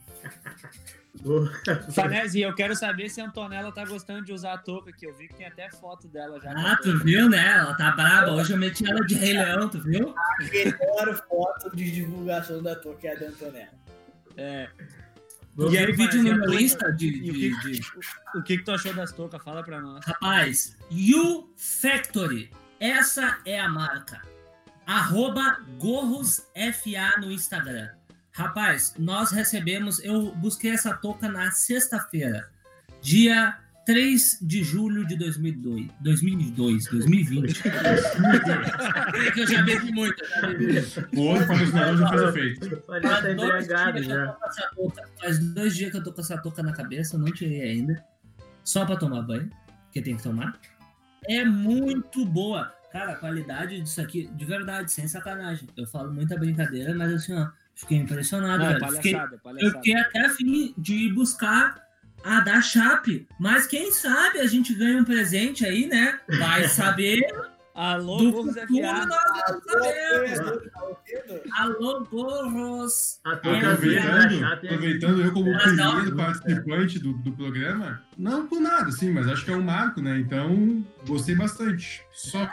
Fanese, eu quero saber se a Antonella tá gostando de usar a touca, que eu vi que tem até foto dela já. Ah, tu viu, né? Ela tá braba. Hoje eu meti ela de Rei Leão, tu viu? A melhor foto de divulgação da touca é a da Antonella. É. E aí, vídeo no meu Fanese, Insta de... E o de- que, de- o que que tu achou das toucas? Fala pra nós. Rapaz, U Factory. Essa é a marca. Arroba Gorros F A no Instagram. Rapaz, nós recebemos... Eu busquei essa touca na sexta-feira. Dia três de julho de dois mil e dois. dois mil e dois, dois mil e vinte. É que eu já bebi muito. eu já bebi muito. O outro patrocinador já fez efeito. Olha, Faz tá dois, embriagado dias que eu já. tô com essa touca. Faz dois dias que eu tô com essa touca na cabeça, eu não tirei ainda. Só pra tomar banho, porque tem que tomar. É muito boa. Cara, a qualidade disso aqui, de verdade, sem sacanagem. Eu falo muita brincadeira, mas assim, ó, fiquei impressionado, Não, é velho. Fiquei, palhaçada, eu palhaçada. fiquei até afim de ir buscar a da Chape. Mas quem sabe a gente ganha um presente aí, né? Vai saber Alô, do Gorros futuro, F A. nós não sabemos. Tá ouvindo? Alô, Gorros. A É, touca verde da Aproveitando, chata hein? aproveitando eu como Mas não. primeiro participante do, do programa, não por nada, sim, mas acho que é um marco, né? Então, gostei bastante. Só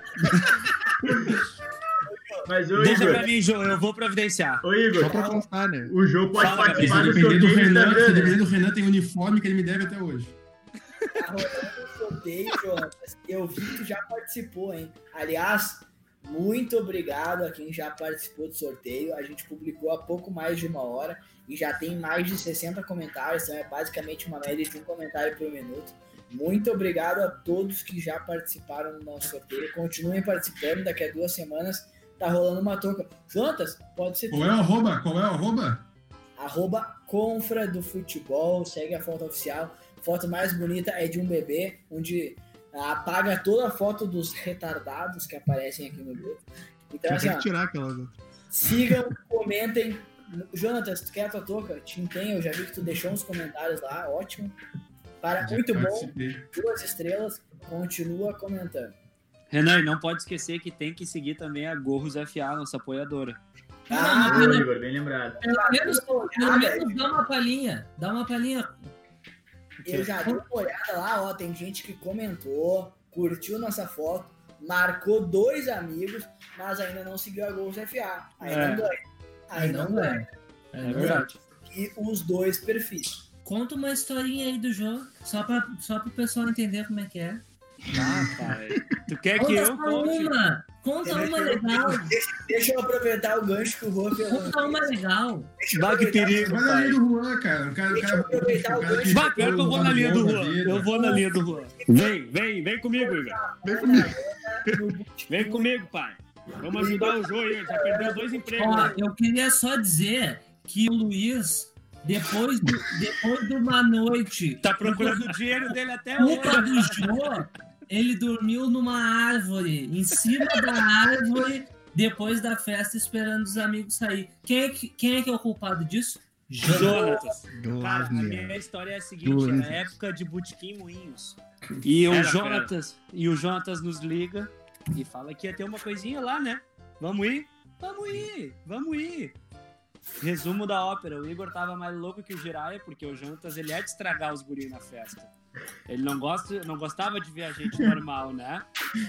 Mas, ô Deixa pra Igor, mim, Jô, eu vou providenciar. ô Só Igor, pra constar, né? o Jô pode Fala, se participar do depender do sorteio do Renan, se Instagram, depender né? do Renan, tem o uniforme que ele me deve até hoje. Tá rolando um sorteio, Jonas. Eu vi que tu já participou, hein? Aliás, muito obrigado a quem já participou do sorteio. A gente publicou há pouco mais de uma hora e já tem mais de sessenta comentários, então é basicamente uma média de um comentário por minuto. Muito obrigado a todos que já participaram do nosso sorteio. Continuem participando, daqui a duas semanas tá rolando uma touca. Jonas, pode ser Qual é o arroba? Qual é o arroba? arroba Confra do Futebol, segue a foto oficial. A foto mais bonita é de um bebê, onde apaga toda a foto dos retardados que aparecem aqui no grupo. Então, assim, Tem ó, que tirar aquelas. sigam, comentem. Jonathan, se tu quer a tua touca, te empenha, eu já vi que tu deixou uns comentários lá, ótimo. Para, Já muito bom, participei. duas estrelas, continua comentando. Renan, e não pode esquecer que tem que seguir também a Gorros F A, nossa apoiadora. Ah, Boa, Igor, bem lembrado. Pelo menos, pelo menos dá uma palhinha. Dá uma palhinha. eu já dei uma olhada lá, ó, tem gente que comentou, curtiu nossa foto, marcou dois amigos, mas ainda não seguiu a Gols F A. Aí É. não ganha. Aí não ganha. É verdade. E os dois perfis. Conta uma historinha aí do jogo, só pra, só pro pessoal entender como é que é. Ah, pai. Tu quer que Conta eu só conte? uma. Conta uma legal. Deixa, deixa eu aproveitar o gancho que o Juan fez. Conta uma legal. Deixa eu Bah, que aproveitar- perigo, Vai na pai. linha do Juan, cara. O cara, o Deixa cara, eu aproveitar o o cara gancho. que- Vai, pior que eu vou na linha do Juan. vida. Eu vou na linha do Juan. Vem, vem, vem comigo, Igor. Vem comigo, pai. Vamos ajudar o Jô aí. Ele já perdeu dois empregos. Ó, né? eu queria só dizer que o Luiz, depois, do, depois de uma noite, Tá procurando o dinheiro dele até culpa hoje. do Jô, ele dormiu numa árvore, em cima da árvore, depois da festa, esperando os amigos sair. Quem é que, quem é, que é o culpado disso? Jonatas. Cara, a Glasner. minha história é a seguinte, Glasner. era a época de Botequim Moinhos. E o Era, Jonatas, e o Jonatas nos liga e fala que ia ter uma coisinha lá, né? Vamos ir? Vamos ir, vamos ir. Resumo da ópera, o Igor tava mais louco que o Jiraya, porque o Jonatas, ele é de estragar os guris na festa. Ele não, gosta, não gostava de ver a gente normal, né?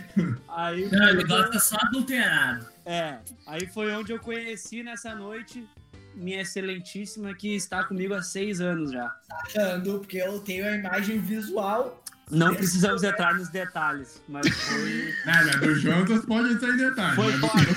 Aí, Não, ele gosta só adulterado. é, aí foi onde eu conheci nessa noite minha excelentíssima que está comigo há seis anos já. Achando, porque eu tenho a imagem visual. Não precisamos entrar nos detalhes, mas foi. Nada, do Jonas pode entrar em detalhe. Foi né? foda,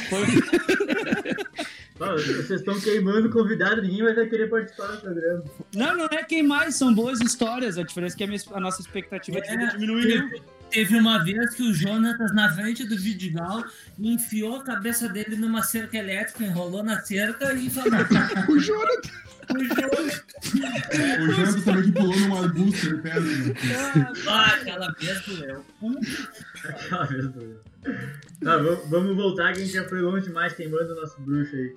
foi. Pô, vocês estão queimando o convidado, ninguém vai querer participar do programa. Não, não é quem mais, são boas histórias. A diferença é que a, minha- a nossa expectativa de vida É, diminuiu. teve, teve uma vez que o Jonatas, na frente do Vidigal, enfiou a cabeça dele numa cerca elétrica, enrolou na cerca e falou: O Jonathan. o Jonatas, O Jonas também que pulou num arbusto ali perto. Né? ah, aquela vez doeu. Ah, meu Deus. Tá, vamos, vamos voltar que a gente já foi longe demais queimando o nosso bruxo aí.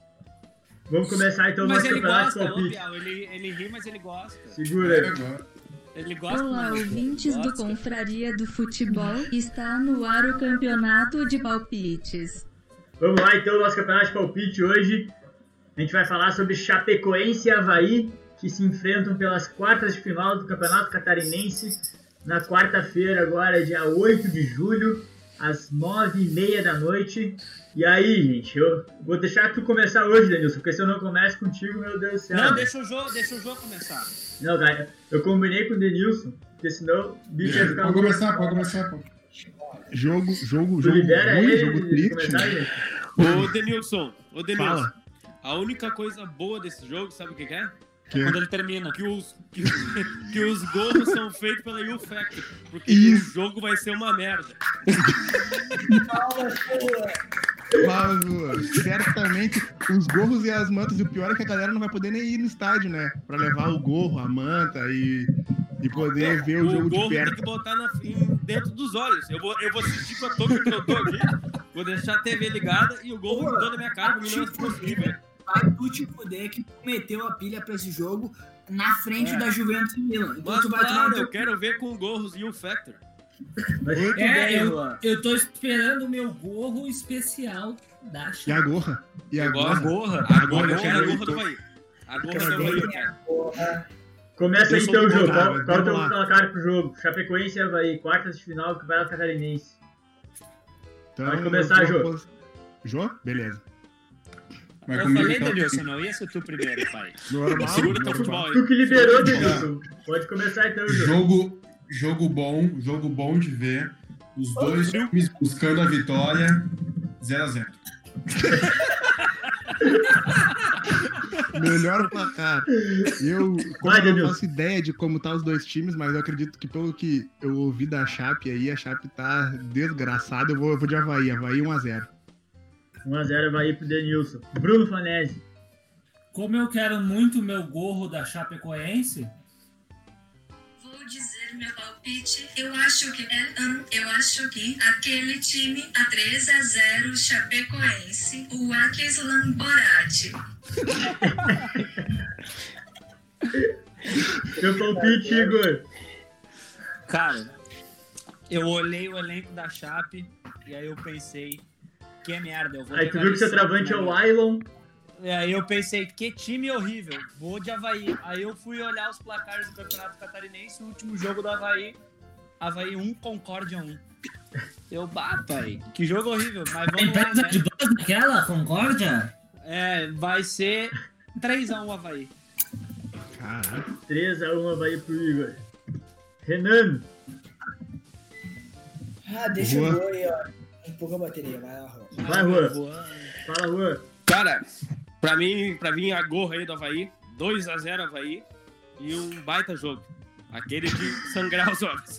Vamos começar então o Mas nosso ele campeonato gosta, de ô, palpite. Bial, ele, ele ri, mas ele gosta. Segura É aí. agora. Ele gosta. Olá, mas ele ouvintes do gosta. Confraria do Futebol. Está no ar o campeonato de palpites. Vamos lá então, nosso campeonato de palpite hoje. A gente vai falar sobre Chapecoense e Avaí, que se enfrentam pelas quartas de final do Campeonato Catarinense na quarta-feira, agora dia oito de julho, às nove e meia da noite. E aí, gente, eu vou deixar tu começar hoje, Denilson, porque se eu não começo contigo, meu Deus do céu. Não, deixa o jogo, deixa o jogo começar. Não, cara, eu combinei com o Denilson, porque senão o bicho ia ficar Pode louco. começar, pode começar. Pô. Jogo, jogo, Tu jogo libera ruim, ele jogo de triste. começar, gente? Ô, Denilson, ô, Denilson. Fala. A única coisa boa desse jogo, sabe o que que é? Que? Quando ele termina. Que os, que, que os gols são feitos pela U Factor. Porque Isso. o jogo vai ser uma merda. Mas, uh, certamente, os gorros e as mantas, e o pior é que a galera não vai poder nem ir no estádio, né? Pra levar o gorro, a manta e, e poder ver o, O jogo de gorro tem perto. que botar na, em- dentro dos olhos. Eu vou, eu vou assistir com a touca que eu tô aqui. Vou deixar a T V ligada e o gorro em toda a minha cara, pra mim não é possível. Vai tu te fuder que tu meteu a pilha pra esse jogo na frente É. da Juventus e Milan. Então Mas tu vai tomar claro, no eu teu... quero ver com gorros e U Factor. Mas Muito É, bem, eu, Luan. eu tô esperando o meu gorro especial da E a gorra. E a Eu gorra. A gorra. A Agora gorra, eu eu quero a quero gorra do Bahia. A gorra quero do a Bahia, eu gorra. quero. Porra. começa Eu aí sou então o do jogo. Bolsonaro, Qual, qual é o vamos teu lá. placar pro jogo? Chapecoense e Avaí, quartas de final do Campeonato Catarinense. Então, Pode começar, eu Jô. vou- Jô? Beleza. Vai Eu comigo, falei, então. Denilson, não ia ser tu primeiro, pai. Normal. Segura teu normal. futebol aí. Tu que liberou, Denilson. Pode começar então o jogo. Jogo, jogo bom, jogo bom de ver. Os dois times buscando a vitória. zero a zero. Melhor placar. Eu, como Vai, eu não Denilson. faço ideia de como tá os dois times, mas eu acredito que pelo que eu ouvi da Chape aí, a Chape tá desgraçada. Eu vou, eu vou de Avaí. Avaí um a zero. um a zero Avaí pro Denilson. Bruno Fanese. Como eu quero muito o meu gorro da Chapecoense, Vou vou dizer meu palpite. Eu acho que é. Um, eu acho que aquele time a três a zero Chapecoense, o Akis Lamborati. Meu palpite, Igor. Cara, eu olhei o elenco da Chape e aí eu pensei, que merda, eu vou Aí tu viu que seu travante é o Ailon. E aí eu pensei, que time horrível, vou de Avaí. Aí eu fui olhar os placares do Campeonato Catarinense, o último jogo do Avaí, Avaí um, Concórdia um. Eu, bah, pai, que jogo horrível, mas vamos lá, né? De boas daquela, Concórdia? É, vai ser três a um Avaí. Caraca. três a um Avaí pro Igor. Renan. Ah, deixa eu ver aí, ó. Um pouco a bateria, vai lá, Rô. Vai, Rô. Fala, Rô. Cara, pra mim, pra mim a gorra aí do Avaí, dois a zero Avaí e um baita jogo. Aquele de sangrar os olhos.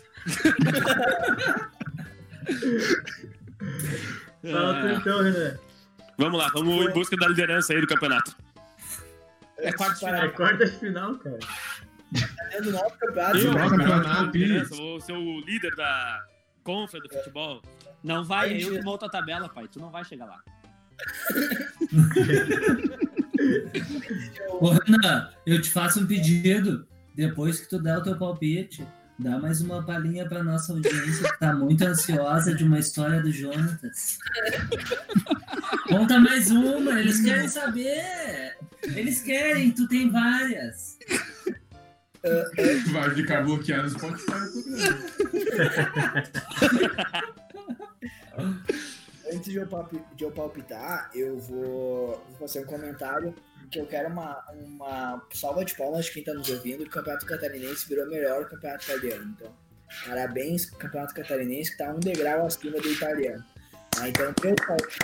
Fala tu então, Renan. Vamos lá, vamos em busca da liderança aí do campeonato. É quarta final, é quarta final, cara. É do nosso campeonato. Eu, nosso campeonato, liderança, vou ser o líder da Confra do futebol. Não vai, é eu que monto a tabela, pai. Tu não vai chegar lá. Ô, Renan, eu te faço um pedido. Depois que tu der o teu palpite, dá mais uma palhinha pra nossa audiência que tá muito ansiosa de uma história do Jonatas. Conta mais uma, eles querem saber. Eles querem, tu tem várias. Vai ficar bloqueado no Spotify. Antes de eu, palpi- de eu palpitar, eu vou, vou fazer um comentário que eu quero uma, uma salva de palmas de quem está nos ouvindo. O Campeonato Catarinense virou melhor que o Campeonato Italiano. Então, parabéns, Campeonato Catarinense, que está um degrau acima do italiano. Ah, então, meu palpite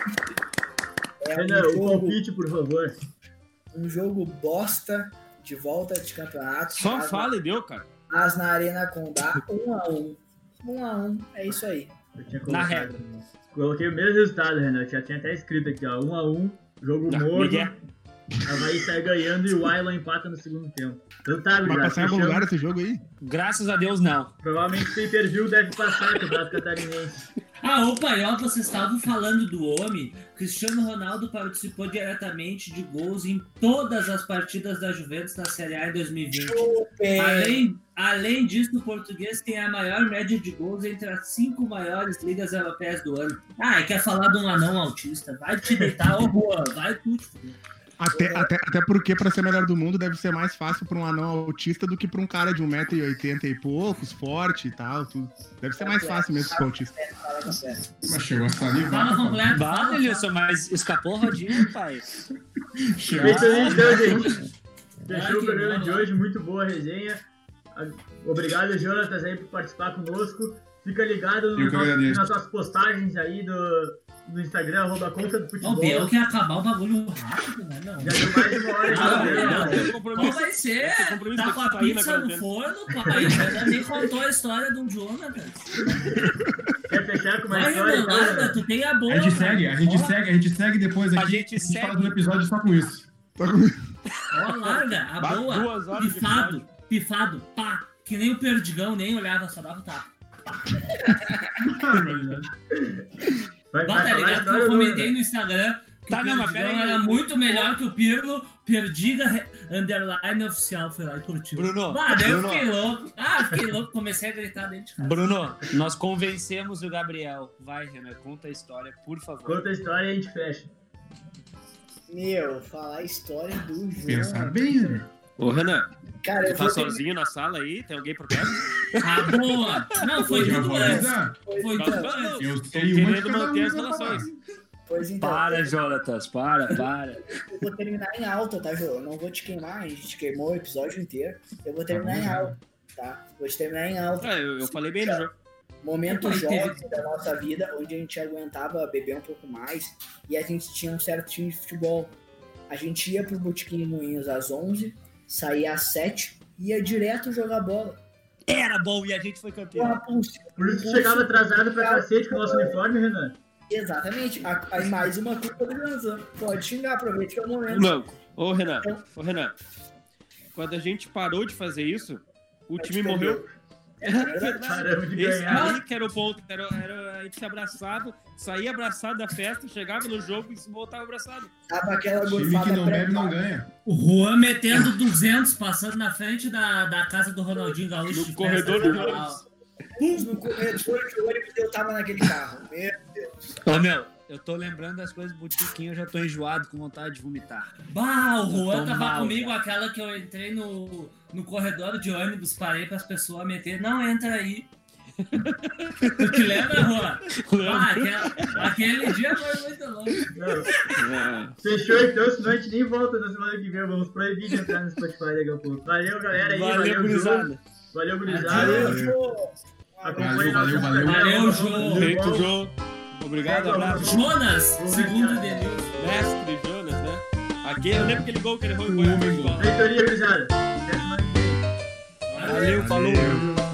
é um Renan, o jogo, palpite, por favor. um jogo bosta de volta de campeonato. Só mas- fala e deu, cara. Mas na Arena Condá, um a um. Um a um, é isso aí. Eu tinha Na colocado. regra. Coloquei o mesmo resultado, Renan. Já tinha até escrito aqui, ó. um a um, jogo Ah, morno. Miguel. Avaí sai ganhando e o Ailon empata no segundo tempo. Então tá, Vai gurizada, passar em algum fechamos. lugar esse jogo aí? Graças a Deus, não. Provavelmente o pay-per-view deve passar o Campeonato Catarinense. Ah, ô Paiol, vocês estavam falando do homem. Cristiano Ronaldo participou diretamente de gols em todas as partidas da Juventus na Série A em dois mil e vinte. Além, além disso, o português tem a maior média de gols entre as cinco maiores ligas europeias do ano. Ah, e quer falar de um anão autista? Vai te deitar, ô Juan, vai tu te fuder. Até, até, até porque, pra ser melhor do mundo, deve ser mais fácil pra um anão autista do que pra um cara de um metro e oitenta e poucos, forte e tal. Tudo. Deve ser mais fácil mesmo pro autista. Mas chegou a salivar. Fala completo. Vale, Nilson, mas escapou rodinha, pai. Chegou Feito a isso, então, gente. Vai Fechou o que programa vai, de vai. hoje. Muito boa a resenha. Obrigado, Jonatas, aí, por participar conosco. Fica ligado Eu no que nosso- agradeço. nas nossas postagens aí do, no Instagram, arroba Conta do Não, Futebol. Biel quer acabar o bagulho rápido, né? Não. Já deu mais de uma hora de Ah, programa. não. Tem Qual compromisso. vai ser? Tem compromisso Tá com com a a Catarina pizza no agora, forno, pai. Ainda nem contou a história do Jonatas. Quer fechar com uma Vai, história? Renan, Então, larga, tu tem a boa. A gente cara. segue, a gente Ó, segue, a gente segue depois aqui. A gente segue. faz um episódio só com isso. Ó, larga, a Bah, boa. duas horas de Pifado, episódio. pifado, pá. Que nem o Perdigão, nem olhava, só dava o tapa. vai, vai Bah, tá falar a ligado que história eu do- comentei no Instagram que Tá, o não, mas Perdigão pera aí, era eu- muito melhor que o Pirlo. Perdiga re- underline oficial, foi lá e curtiu. Bruno, Ah, daí eu Bruno. fiquei louco. Ah, fiquei louco, comecei a gritar dentro de casa. Bruno, nós convencemos o Gabriel. Vai, Renan, conta a história, por favor. Conta a história e a gente fecha. Meu, falar a história do jogo. Pensar bem, né? Ô, Renan, Cara, eu tu tá vou ter- sozinho na sala aí? Tem alguém por perto? Ah, boa! Não, foi Já tudo vou antes. avisar. Foi Tá tudo falando. antes. Eu Tô sei uma de querendo cada manter um as vai falar. relações. Pois então, Para, Jonatas, para, para. eu vou terminar em alta, tá, Jô? Eu não vou te queimar, a gente queimou o episódio inteiro. Eu vou terminar em alta, tá? Vou te terminar em alta. Ah, eu, eu falei bem no jogo. Momento Mas jovem teve- da nossa vida, onde a gente aguentava beber um pouco mais e a gente tinha um certo time de futebol. A gente ia pro Botequim de Moinhos às onze, saía às sete e ia direto jogar bola. Era bom e a gente foi campeão. Porra, pulso. Por isso que chegava atrasado pra cacete com o nosso uniforme, Renan. Exatamente. A- Aí mais uma culpa do Ganzão. Pode xingar, aproveite que é o momento. Não, ô Renan, ô Renan, quando a gente parou de fazer isso, o A gente time perdeu. morreu. Paramos de Esse ganhar. aí que era o ponto, era, era, a gente se abraçava, saía abraçado da festa, chegava no jogo e se voltava abraçado. Tava aquela Time que gorfada não bebe não ganha. O Juan metendo duzentos, passando na frente da, da casa do Ronaldinho Gaúcho. No de corredor festa, do lá, ônibus. Pum, no corredor de ônibus eu tava naquele carro. Meu Deus. Ô, meu, eu tô lembrando das coisas do Botiquinho, eu já tô enjoado com vontade de vomitar. Bah, o Eu Juan tô tava mal, comigo, cara. aquela que eu entrei no, no corredor de ônibus, parei pras pessoas meter, não entra aí. Tu te lembra, Juan? Ah, aquela, aquele dia foi muito longe. Não. Fechou então, senão a gente nem volta na semana que vem. Vamos proibir de entrar no Spotify daqui a pouco. Valeu, galera aí. Valeu, Valeu, gurizada. Jô. Valeu, gurizada. Valeu. Acompanhe Valeu, nosso valeu, valeu. Instagram, Valeu, nosso Jô. Feito, futebol. Jô. Obrigado, abraço. Jonas, segundo o Denilson. Mestre Jonas, né? Aquele, eu lembro aquele gol que ele errou em Goiânia. Feitoria, gurizada. Até semana que vem. Valeu, falou. Valeu.